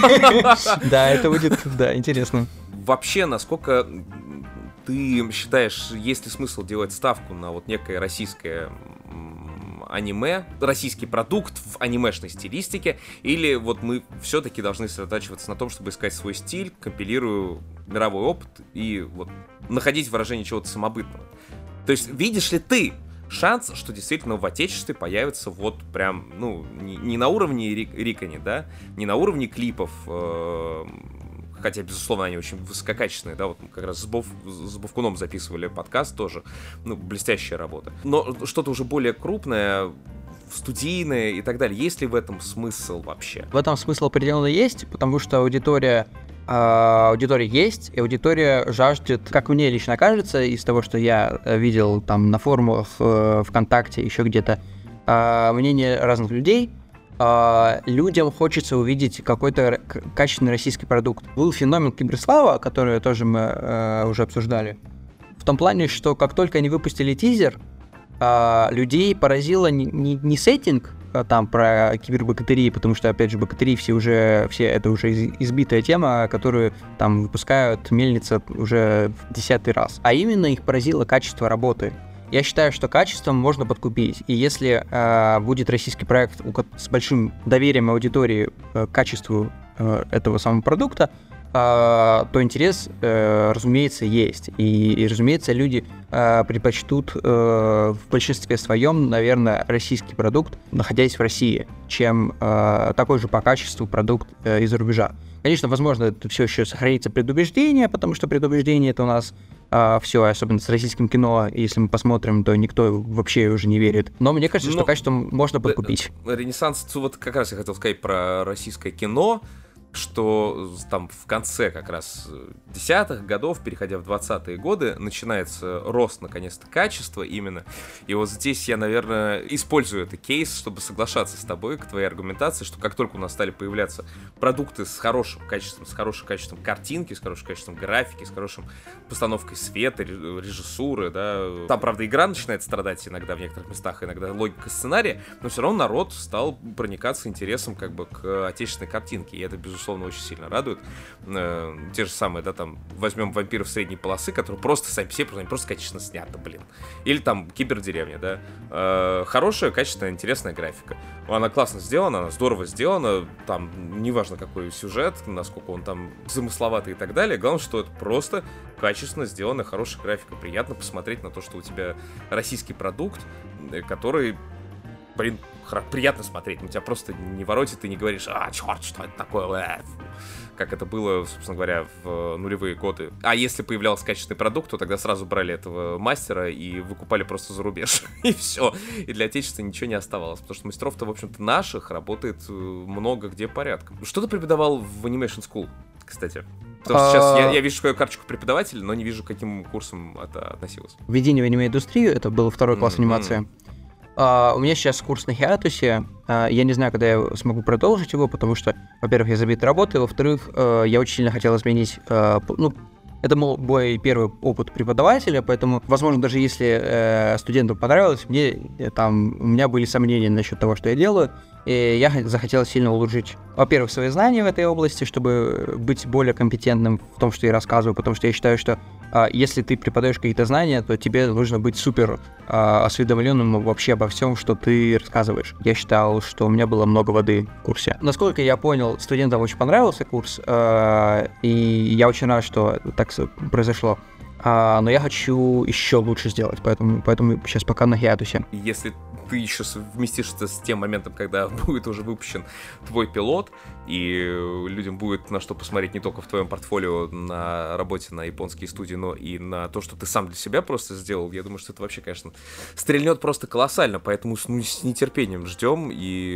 Да, это будет, да, интересно. Вообще, насколько ты считаешь, есть ли смысл делать ставку на вот некое российское аниме, российский продукт в анимешной стилистике, или вот мы все-таки должны сосредотачиваться на том, чтобы искать свой стиль, компилируя мировой опыт и вот находить выражение чего-то самобытного. То есть видишь ли ты шанс, что действительно в отечестве появится вот прям, ну, не на уровне Рикани, да, не на уровне клипов, хотя, безусловно, они очень высококачественные, да, вот мы как раз с Бовкуном записывали подкаст тоже, ну, блестящая работа. Но что-то уже более крупное, студийное и так далее, есть ли в этом смысл вообще? В этом смысл определенно есть, потому что аудитория есть, и аудитория жаждет, как мне лично кажется, из того, что я видел там на форумах, ВКонтакте, еще где-то, мнение разных людей, людям хочется увидеть какой-то качественный российский продукт. Был феномен Киберслава, который тоже мы уже обсуждали, в том плане, что как только они выпустили тизер, людей поразило не сеттинг там про кибербогатырей, потому что, опять же, богатыри все это уже избитая тема, которую там выпускают мельница уже в 10-й раз. А именно их поразило качество работы. Я считаю, что качеством можно подкупить. И если будет российский проект с большим доверием аудитории к качеству этого самого продукта, то интерес, разумеется, есть. И, разумеется, люди предпочтут в большинстве своем, наверное, российский продукт, находясь в России, чем такой же по качеству продукт из-за рубежа. Конечно, возможно, это все еще сохранится предубеждение, потому что предубеждение это у нас все, особенно с российским кино, если мы посмотрим, то никто вообще уже не верит. Но мне кажется, что качество можно подкупить. Ренессанс, вот как раз я хотел сказать про российское кино, что там в конце как раз 10-х годов, переходя в 20-е годы, начинается рост, наконец-то, качества именно. И вот здесь я, наверное, использую этот кейс, чтобы соглашаться с тобой, к твоей аргументации, что как только у нас стали появляться продукты с хорошим качеством картинки, с хорошим качеством графики, с хорошей постановкой света, режиссуры, да. Там, правда, игра начинает страдать иногда в некоторых местах, иногда логика сценария, но все равно народ стал проникаться интересом как бы к отечественной картинке, и это, безусловно, очень сильно радует. Те же самые, да, там, возьмем «Вампиров средней полосы», которые просто сами по себе, просто качественно снято, блин. Или там «Кибердеревня», да. Хорошая, качественная, интересная графика. Она классно сделана, она здорово сделана, там, неважно какой сюжет, насколько он там замысловатый и так далее, главное, что это просто качественно сделанная, хорошая графика. Приятно посмотреть на то, что у тебя российский продукт, который, блин, приятно смотреть, но тебя просто не воротит и не говоришь: черт, что это такое, как это было, собственно говоря, в нулевые годы. А если появлялся качественный продукт, то тогда сразу брали этого мастера и выкупали просто за рубеж. И все. И для отечества ничего не оставалось, потому что мастеров-то, в общем-то, наших работает много где порядком. Что ты преподавал в Animation School, кстати? Потому что сейчас я вижу свою карточку преподавателя, но не вижу, к каким курсам это относилось. Введение в аниме-индустрию, это был второй класс анимации. У меня сейчас курс на хиатусе, я не знаю, когда я смогу продолжить его, потому что, во-первых, я забит работой, во-вторых, я очень сильно хотел изменить, это мой первый опыт преподавателя, поэтому, возможно, даже если студентам понравилось, у меня были сомнения насчет того, что я делаю, и я захотел сильно улучшить, во-первых, свои знания в этой области, чтобы быть более компетентным в том, что я рассказываю, потому что я считаю, что если ты преподаешь какие-то знания, то тебе нужно быть супер осведомленным вообще обо всем, что ты рассказываешь. Я считал, что у меня было много воды в курсе. Насколько я понял, студентам очень понравился курс, и я очень рад, что так произошло. Но я хочу еще лучше сделать, поэтому сейчас пока на хиатусе. Если ты еще совместишься с тем моментом, когда будет уже выпущен твой пилот, и людям будет на что посмотреть не только в твоем портфолио на работе на японские студии, но и на то, что ты сам для себя просто сделал, я думаю, что это вообще, конечно, стрельнет просто колоссально, поэтому с нетерпением ждем,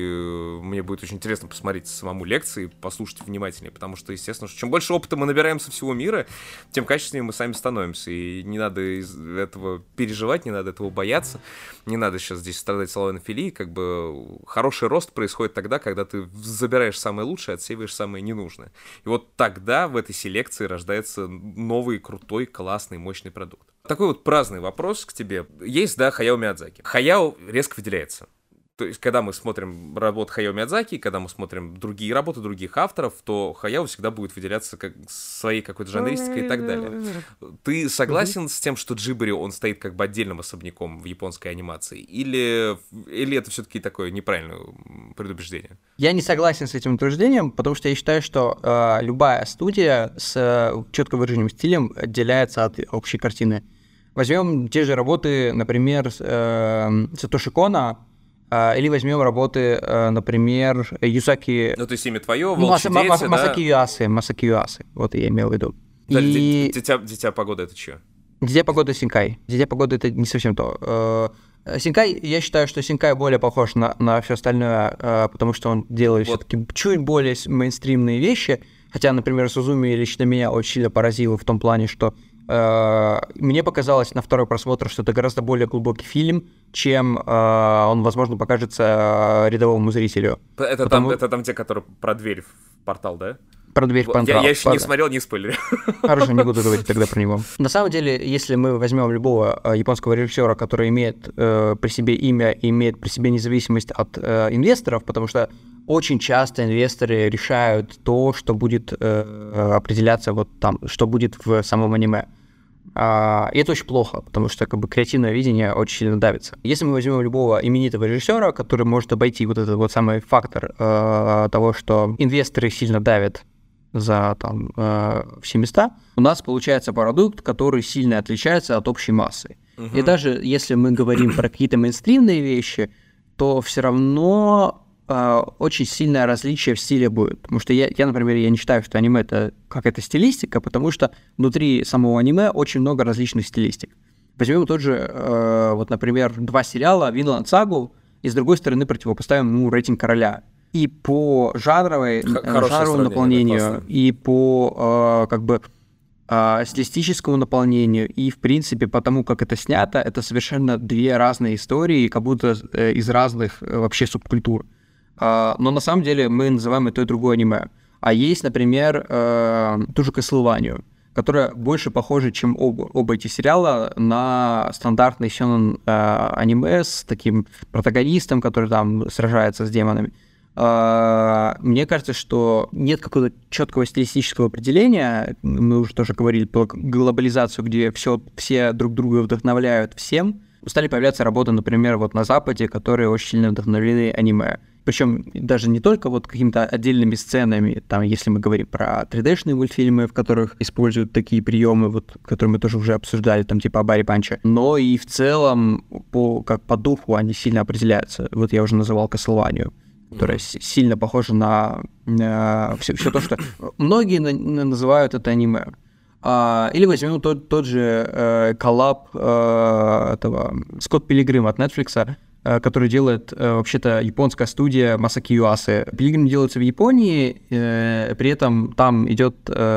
и мне будет очень интересно посмотреть самому лекции, послушать внимательнее, потому что, естественно, чем больше опыта мы набираем со всего мира, тем качественнее мы сами становимся, и не надо из этого переживать, не надо этого бояться, не надо сейчас здесь страдать славянофилией, как бы хороший рост происходит тогда, когда ты забираешь самое лучшее, отсеиваешь самое ненужное. И вот тогда в этой селекции рождается новый, крутой, классный, мощный продукт. Такой вот праздный вопрос к тебе. Есть, да, Хаяо Миядзаки. Хаяо резко выделяется. То есть, когда мы смотрим работу Хаяо Миядзаки, когда мы смотрим другие работы других авторов, то Хаяо всегда будет выделяться как своей какой-то жанристикой и так далее. Ты согласен с тем, что Джибри, он стоит как бы отдельным особняком в японской анимации? Или это все-таки такое неправильное предубеждение? Я не согласен с этим утверждением, потому что я считаю, что любая студия с четко выраженным стилем отделяется от общей картины. Возьмем те же работы, например, Сатоши Коно, или возьмем работы, например, Юсаки... Ну, то есть имя твое, «Волчьи дети», да? Масаки Юасы, вот я имел в виду. Дитя погоды — это чье? Дитя погоды — Синкай. Дитя погоды — это не совсем то. Синкай, я считаю, что Синкай более похож на все остальное, потому что он делает вот все-таки чуть более мейнстримные вещи. Хотя, например, Сузуми лично меня очень сильно поразило в том плане, что Мне показалось на второй просмотр, что это гораздо более глубокий фильм, чем он, возможно, покажется рядовому зрителю. Это там те, которые про дверь в портал, да? Про дверь в портал. Я еще не смотрел, не спойлерю. Хорошо, не буду говорить тогда про него. На самом деле, если мы возьмем любого японского режиссера, который имеет при себе имя и имеет при себе независимость от инвесторов, потому что очень часто инвесторы решают то, что будет определяться вот там, что будет в самом аниме. И это очень плохо, потому что как бы креативное видение очень сильно давится. Если мы возьмем любого именитого режиссера, который может обойти вот этот вот самый фактор того, что инвесторы сильно давят за там все места, у нас получается продукт, который сильно отличается от общей массы. И даже если мы говорим про какие-то мейнстримные вещи, то все равно очень сильное различие в стиле будет. Потому что я, например, я не считаю, что аниме — это какая-то стилистика, потому что внутри самого аниме очень много различных стилистик. Возьмем тот же, вот, например, 2 сериала «Винланд Сагу», и с другой стороны противопоставим ему «Рейтинг короля». И по жанровому наполнению, и по стилистическому наполнению, и, в принципе, по тому, как это снято, это совершенно 2 разные истории, как будто из разных вообще субкультур. Но на самом деле мы называем и то, и другое аниме. А есть, например, ту же Castlevania, которая больше похожа, чем оба эти сериала, на стандартный сёнэн аниме с таким протагонистом, который там сражается с демонами. Мне кажется, что нет какого-то четкого стилистического определения. Мы уже тоже говорили про глобализацию, где все друг друга вдохновляют всем. Стали появляться работы, например, вот на Западе, которые очень сильно вдохновлены аниме. Причем даже не только вот какими-то отдельными сценами, там, если мы говорим про 3D-шные мультфильмы, в которых используют такие приемы, вот, которые мы тоже уже обсуждали, там, типа Барри Панча, но и в целом как по духу они сильно определяются. Вот я уже называл Castlevania, которая сильно похожа на все то, что многие называют это аниме. Или возьмем тот же коллаб этого Скотт Пилигрим от Netflix, который делает вообще-то японская студия Масаки Юасы. Пилигрим делается в Японии, при этом там идет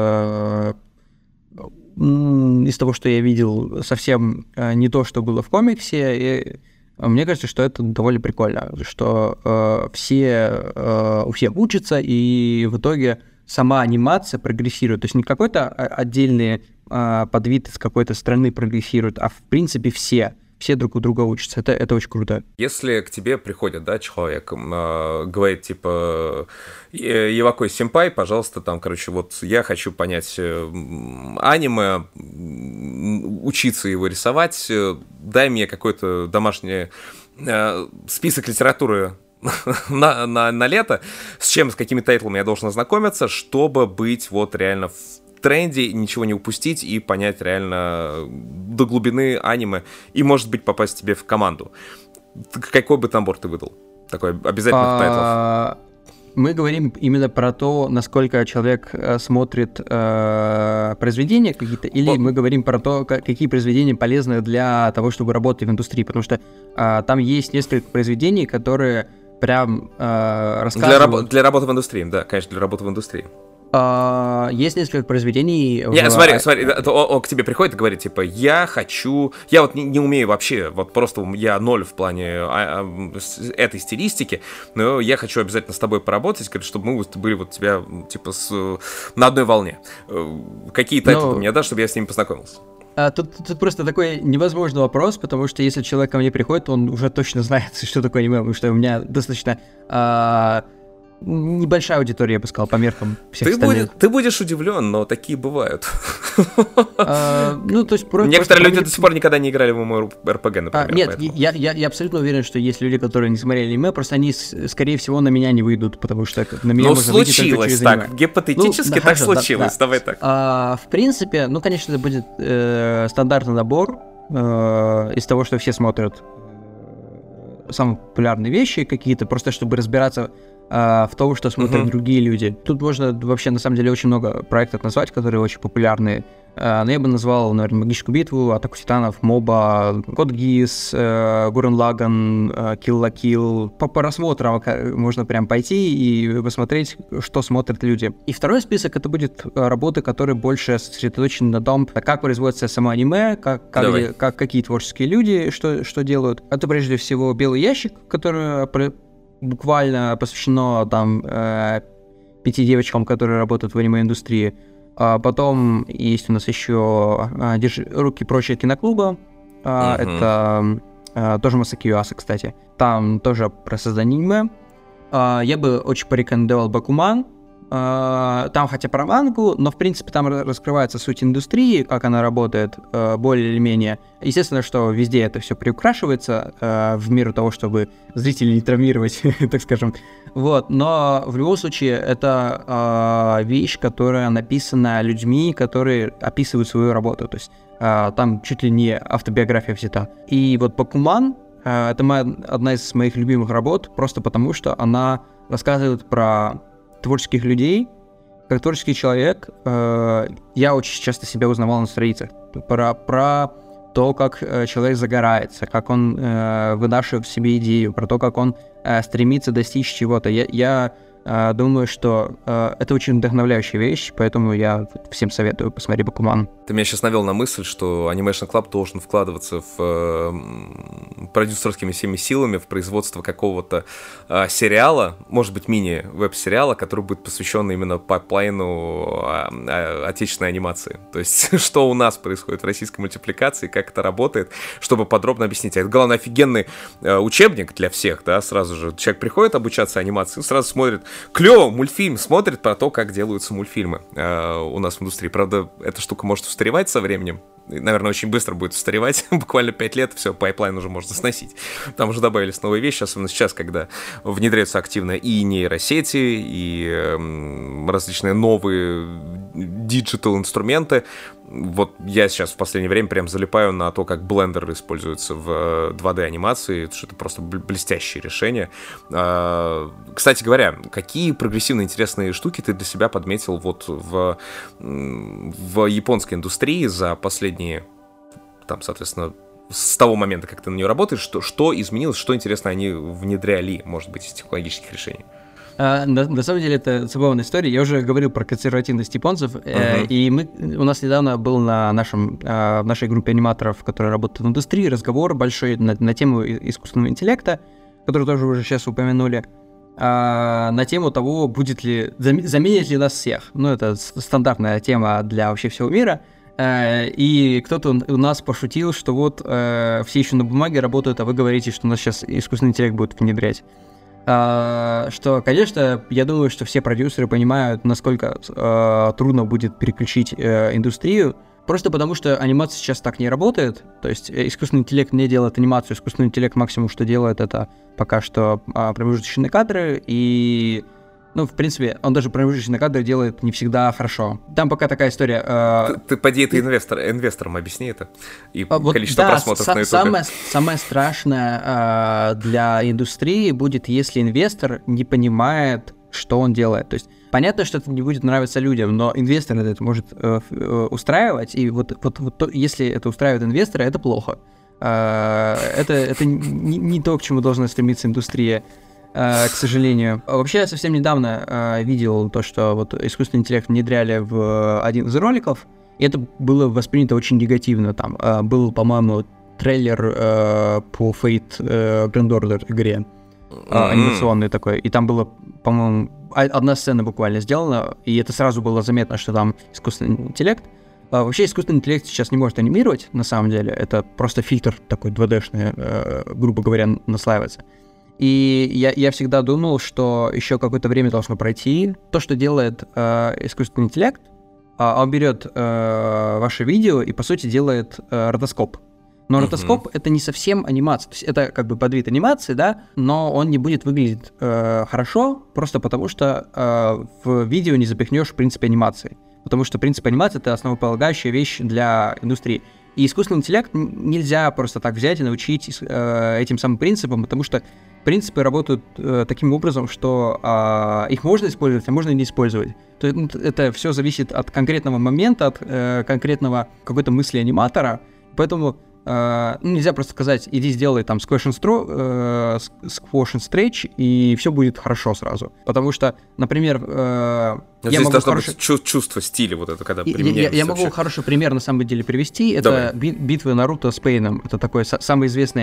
из того, что я видел, совсем не то, что было в комиксе. И мне кажется, что это довольно прикольно, что все учатся, и в итоге сама анимация прогрессирует. То есть не какой-то отдельный подвид из какой-то страны прогрессирует, а в принципе все друг у друга учатся. Это очень круто. Если к тебе приходит, да, человек, говорит, типа, Евакой-сэмпай, пожалуйста, там, короче, вот я хочу понять аниме, учиться его рисовать, дай мне какой-то домашний список литературы на лето, с какими тайтлами я должен ознакомиться, чтобы быть вот реально в тренде, ничего не упустить и понять реально до глубины аниме и, может быть, попасть тебе в команду. Какой бы набор ты выдал? Такой обязательных тайтлов. Мы говорим именно про то, насколько человек смотрит произведения какие-то, или мы говорим про то, какие произведения полезны для того, чтобы работать в индустрии, потому что там есть несколько произведений, которые прям рассказывают... Для работы в индустрии, да, конечно, для работы в индустрии. Есть несколько произведений... Смотри, он к тебе приходит и говорит, типа, я вот не умею вообще, вот просто я ноль в плане этой стилистики, но я хочу обязательно с тобой поработать, говорит, чтобы мы были вот тебя, типа, на одной волне. Какие тайтлы ты мне дашь, чтобы я с ними познакомился? Тут просто такой невозможный вопрос, потому что если человек ко мне приходит, он уже точно знает, что такое аниме, потому что у меня достаточно... небольшая аудитория, я бы сказал, по меркам всех остальных. Ты будешь удивлен, но такие бывают. То есть некоторые люди до сих пор никогда не играли в MMORPG, например. Нет, я абсолютно уверен, что есть люди, которые не смотрели аниме, просто они, скорее всего, на меня не выйдут, потому что на меня можно выйти только через аниме. Так, гипотетически так случилось, давай так. В принципе, конечно, это будет стандартный набор из того, что все смотрят самые популярные вещи какие-то, просто чтобы разбираться в том, что смотрят другие люди. Тут можно вообще, на самом деле, очень много проектов назвать, которые очень популярны. Но я бы назвал, наверное, «Магическую битву», «Атаку титанов», «Моба», «Код Гиз», «Гуррен Лаганн», «Kill la Kill». По просмотрам можно прям пойти и посмотреть, что смотрят люди. И второй список — это будет работы, которые больше сосредоточены на том, как производится само аниме, какие творческие люди что делают. Это прежде всего «Белый ящик», который буквально посвящено там 5 девочкам, которые работают в аниме-индустрии. Потом есть у нас еще «Держи руки прочь от киноклуба». Это тоже Масаки Юаса, кстати. Там тоже про создание аниме. Я бы очень порекомендовал «Бакуман». Там хотя про мангу, но в принципе там раскрывается суть индустрии, как она работает, более или менее. Естественно, что везде это все приукрашивается в меру того, чтобы зрителей не травмировать, так скажем. Вот, но в любом случае это вещь, которая написана людьми, которые описывают свою работу. То есть там чуть ли не автобиография взята. И вот «Бакуман» — это одна из моих любимых работ, просто потому что она рассказывает про творческих людей. Как творческий человек я очень часто себя узнавал на страницах. Про то, как человек загорается, как он вынашивает в себе идею, про то, как он стремится достичь чего-то. Я думаю, что это очень вдохновляющая вещь, поэтому я всем советую посмотреть «Бакуман». Ты меня сейчас навел на мысль, что Animation Club должен вкладываться в продюсерскими всеми силами в производство какого-то сериала, может быть, мини-веб-сериала, который будет посвящен именно пайплайну отечественной анимации. То есть, что у нас происходит в российской мультипликации, как это работает, чтобы подробно объяснить. Это, главное, офигенный учебник для всех, да, сразу же. Человек приходит обучаться анимации, сразу смотрит, клево, мультфильм, смотрит про то, как делаются мультфильмы у нас в индустрии. Правда, эта штука может устаревать со временем. Наверное, очень быстро будет устаревать. Буквально 5 лет, все, пайплайн уже можно сносить. Там уже добавились новые вещи, особенно сейчас, когда внедряются активно и нейросети, и различные новые диджитал-инструменты. Вот я сейчас в последнее время прям залипаю на то, как Blender используется в 2D-анимации, что это просто блестящее решение. Кстати говоря, какие прогрессивные интересные штуки ты для себя подметил вот в японской индустрии за последние, там, соответственно, с того момента, как ты на нее работаешь, что изменилось, что, интересно, они внедряли, может быть, из технологических решений? На самом деле это забавная история. Я уже говорил про консервативность японцев, и у нас недавно был в нашей группе аниматоров, которые работают в индустрии, разговор большой на тему искусственного интеллекта, который тоже уже сейчас упомянули, на тему того, заменит ли нас всех. Ну, это стандартная тема для вообще всего мира. И кто-то у нас пошутил, что вот все еще на бумаге работают, а вы говорите, что у нас сейчас искусственный интеллект будет внедрять. Что, конечно, я думаю, что все продюсеры понимают, насколько трудно будет переключить индустрию, просто потому что анимация сейчас так не работает. То есть искусственный интеллект не делает анимацию, искусственный интеллект максимум, что делает, это пока что промежуточные кадры, и, ну, в принципе, он даже промежуточные кадры делает не всегда хорошо. Там пока такая история. Ты поди, это инвесторам объясни это, и количество просмотров на YouTube. Самое страшное для индустрии будет, если инвестор не понимает, что он делает. То есть понятно, что это не будет нравиться людям, но инвестор это может устраивать, и вот если это устраивает инвестора, это плохо. Это не то, к чему должна стремиться индустрия, к сожалению. Вообще, я совсем недавно видел то, что вот искусственный интеллект внедряли в один из роликов, и это было воспринято очень негативно. Там был, по-моему, трейлер по Fate Grand Order игре, анимационный такой, и там было, по-моему, одна сцена буквально сделана, и это сразу было заметно, что там искусственный интеллект. Вообще искусственный интеллект сейчас не может анимировать, на самом деле, это просто фильтр такой 2D-шный, грубо говоря, наслаивается. И я всегда думал, что еще какое-то время должно пройти. То, что делает искусственный интеллект, он берет ваше видео и, по сути, делает ротоскоп. Но ротоскоп — это не совсем анимация. То есть это как бы подвид анимации, да, но он не будет выглядеть хорошо, просто потому что в видео не запихнешь принцип анимации. Потому что принцип анимации — это основополагающая вещь для индустрии. И искусственный интеллект нельзя просто так взять и научить этим самым принципам, потому что принципы работают таким образом, что их можно использовать, а можно и не использовать. То есть это все зависит от конкретного момента, от конкретного какой-то мысли аниматора, поэтому нельзя просто сказать, иди сделай там squash and stretch, и все будет хорошо сразу. Потому что, например, здесь должно быть чувство стиля, вот это, когда применяется. Я могу хороший пример на самом деле привести. Это битвы Наруто с Пейном. Это такое самое известное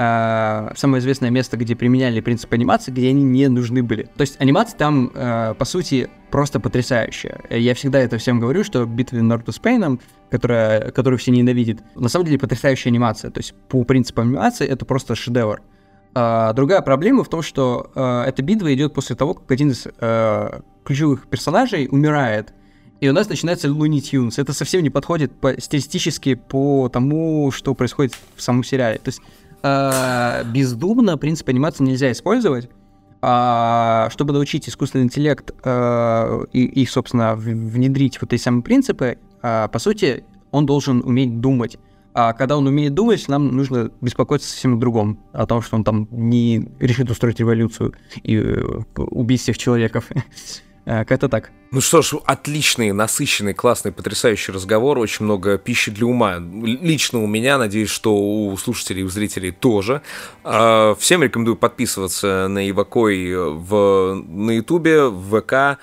место, где применяли принцип анимации, где они не нужны были. То есть анимация там, по сути, просто потрясающая. Я всегда это всем говорю, что битвы Наруто с Пейном, которую все ненавидят, на самом деле потрясающая анимация. То есть по принципу анимации это просто шедевр. Другая проблема в том, что эта битва идет после того, как один из ключевых персонажей умирает, и у нас начинается Looney Tunes. Это совсем не подходит стилистически по тому, что происходит в самом сериале. То есть бездумно принцип анимации нельзя использовать. Чтобы научить искусственный интеллект и, собственно, внедрить вот эти самые принципы, по сути, он должен уметь думать. А когда он умеет думать, нам нужно беспокоиться совсем о другом. О том, что он там не решит устроить революцию и убить всех человеков. Как-то так. Ну что ж, отличный, насыщенный, классный, потрясающий разговор, очень много пищи для ума. Лично у меня, надеюсь, что у слушателей и у зрителей тоже. Всем рекомендую подписываться на Ивакой на Ютубе, в ВК,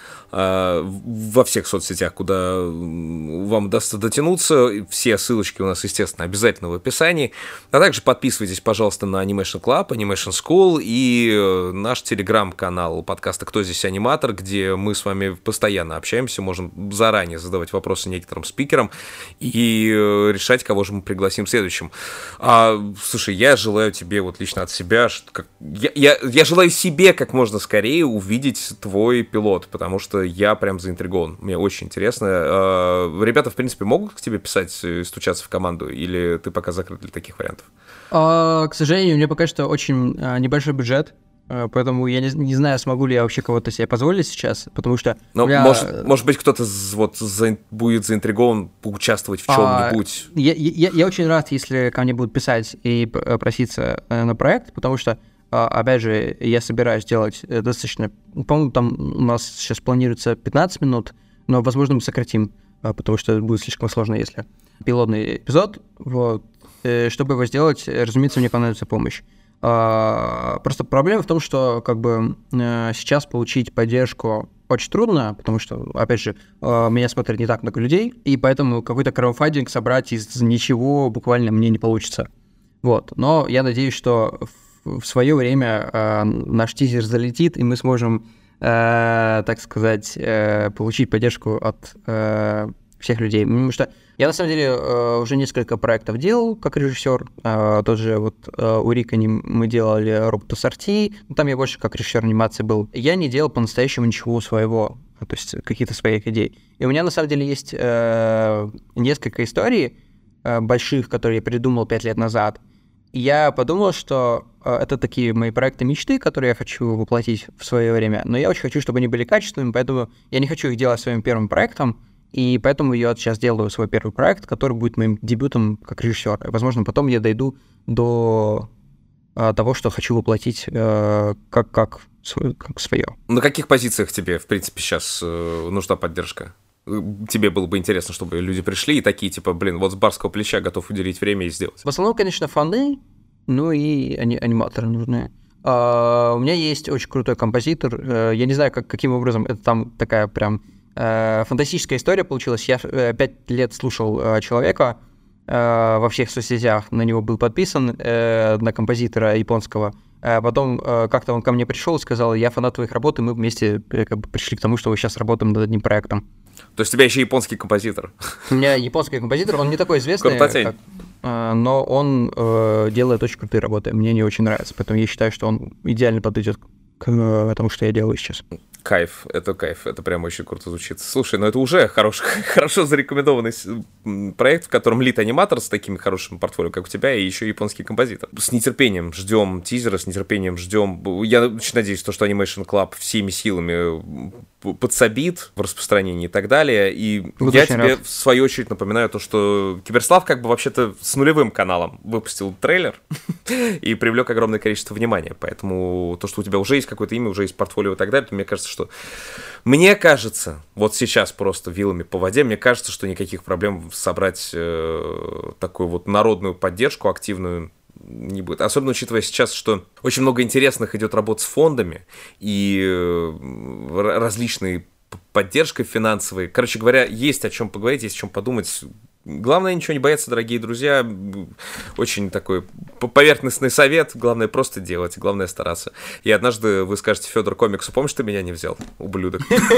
во всех соцсетях, куда вам удастся дотянуться. Все ссылочки у нас, естественно, обязательно в описании. А также подписывайтесь, пожалуйста, на Animation Club, Animation School и наш телеграм-канал подкаста «Кто здесь аниматор», где мы с вами постоянно общаемся, можем заранее задавать вопросы некоторым спикерам и решать, кого же мы пригласим следующим. Слушай, я желаю тебе вот лично от себя, я желаю себе как можно скорее увидеть твой пилот, потому что я прям заинтригован, мне очень интересно. Ребята, в принципе, могут к тебе писать и стучаться в команду, или ты пока закрыт для таких вариантов? К сожалению, у меня пока что очень небольшой бюджет. Поэтому я не знаю, смогу ли я вообще кого-то себе позволить сейчас, потому что... Может быть, кто-то будет заинтригован поучаствовать в чем-нибудь. Я очень рад, если ко мне будут писать и проситься на проект, потому что, опять же, я собираюсь делать достаточно... По-моему, там у нас сейчас планируется 15 минут, но, возможно, мы сократим, потому что будет слишком сложно, если пилотный эпизод. Вот. Чтобы его сделать, разумеется, мне понадобится помощь. Просто проблема в том, что как бы сейчас получить поддержку очень трудно, потому что, опять же, меня смотрит не так много людей, и поэтому какой-то краудфандинг собрать из ничего буквально мне не получится. Вот. Но я надеюсь, что в свое время наш тизер залетит, и мы сможем, так сказать, получить поддержку от всех людей. Потому что я, на самом деле, уже несколько проектов делал как режиссер. Тот же вот у Рикани мы делали робота Сорти. Там я больше как режиссер анимации был. Я не делал по-настоящему ничего своего, то есть каких-то своих идей. И у меня, на самом деле, есть несколько историй больших, которые я придумал 5 лет назад. И я подумал, что это такие мои проекты мечты, которые я хочу воплотить в свое время. Но я очень хочу, чтобы они были качественными, поэтому я не хочу их делать своим первым проектом. И поэтому я сейчас делаю свой первый проект, который будет моим дебютом как режиссер. Возможно, потом я дойду до того, что хочу воплотить как свое. На каких позициях тебе, в принципе, сейчас нужна поддержка? Тебе было бы интересно, чтобы люди пришли и такие, типа, вот с барского плеча готов уделить время и сделать. В основном, конечно, фаны, ну и аниматоры нужны. У меня есть очень крутой композитор. Я не знаю, каким образом это там такая прям... фантастическая история получилась. Я 5 лет слушал человека во всех соцсетях, на него был подписан, на композитора японского. Потом как-то он ко мне пришел и сказал: я фанат твоих работ, и мы вместе пришли к тому, что мы сейчас работаем над одним проектом. То есть у тебя еще японский композитор? У меня японский композитор, он не такой известный, но он делает очень крутые работы. Мне не очень нравится, поэтому я считаю, что он идеально подойдет к тому, что я делаю сейчас. Кайф, это прям очень круто звучит. Слушай, это уже хорошо зарекомендованный проект, в котором лид-аниматор с такими хорошими портфолио, как у тебя, и еще японский композитор. С нетерпением ждем тизера, с нетерпением ждем. Я очень надеюсь, что Animation Club всеми силами подсобит в распространении и так далее. И я тебе в свою очередь напоминаю то, что Киберслав как бы вообще-то с нулевым каналом выпустил трейлер и привлек огромное количество внимания. Поэтому то, что у тебя уже есть какое-то имя, уже есть портфолио и так далее, то мне кажется, вот сейчас просто вилами по воде, мне кажется, что никаких проблем собрать такую вот народную поддержку активную не будет. Особенно учитывая сейчас, что очень много интересных идет работ с фондами и различные поддержкой финансовой. Короче говоря, есть о чем поговорить, есть о чем подумать. Главное, ничего не бояться, дорогие друзья. Очень такой поверхностный совет. Главное, просто делать. Главное, стараться. И однажды вы скажете: Федор Комиксу, помнишь, ты меня не взял, ублюдок?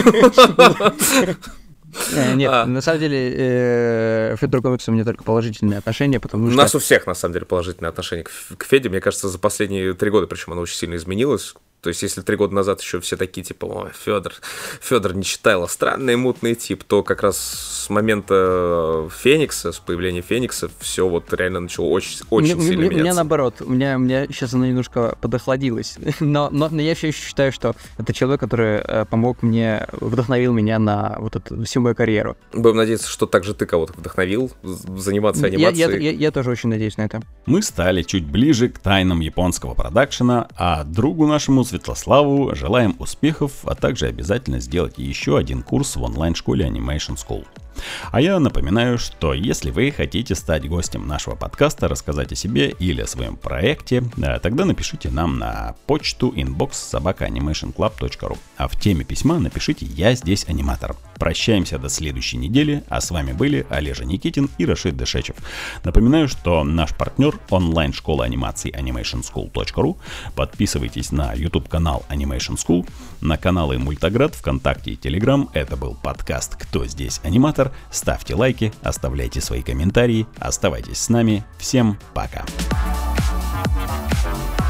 Нет, на самом деле, Федор Комиксу у меня только положительные отношения, потому что... У нас у всех, на самом деле, положительные отношения к Феде. Мне кажется, за последние 3 года, причем оно очень сильно изменилось. То есть, если 3 года назад еще все такие, типа, ой, Федор не читал, странный, мутный тип, то как раз с момента Феникса, с появления Феникса, все вот реально начало очень сильно меняться. У меня наоборот, у меня сейчас оно немножко подохладилось, но я все еще считаю, что это человек, который помог мне, вдохновил меня на вот эту всю мою карьеру. Будем надеяться, что также ты кого-то вдохновил заниматься анимацией. Я тоже очень надеюсь на это. Мы стали чуть ближе к тайнам японского продакшена, а другу нашему Святославу желаем успехов, а также обязательно сделать еще один курс в онлайн-школе Animation School. А я напоминаю, что если вы хотите стать гостем нашего подкаста, рассказать о себе или о своем проекте, тогда напишите нам на почту inbox@animationclub.ru, а в теме письма напишите «Я здесь аниматор». Прощаемся до следующей недели, а с вами были Олежа Никитин и Рашид Дышечев. Напоминаю, что наш партнер онлайн-школа анимации animationschool.ru. Подписывайтесь на YouTube-канал Animation School, на каналы Мультоград, ВКонтакте и Telegram. Это был подкаст «Кто здесь аниматор?». Ставьте лайки, оставляйте свои комментарии, оставайтесь с нами. Всем пока!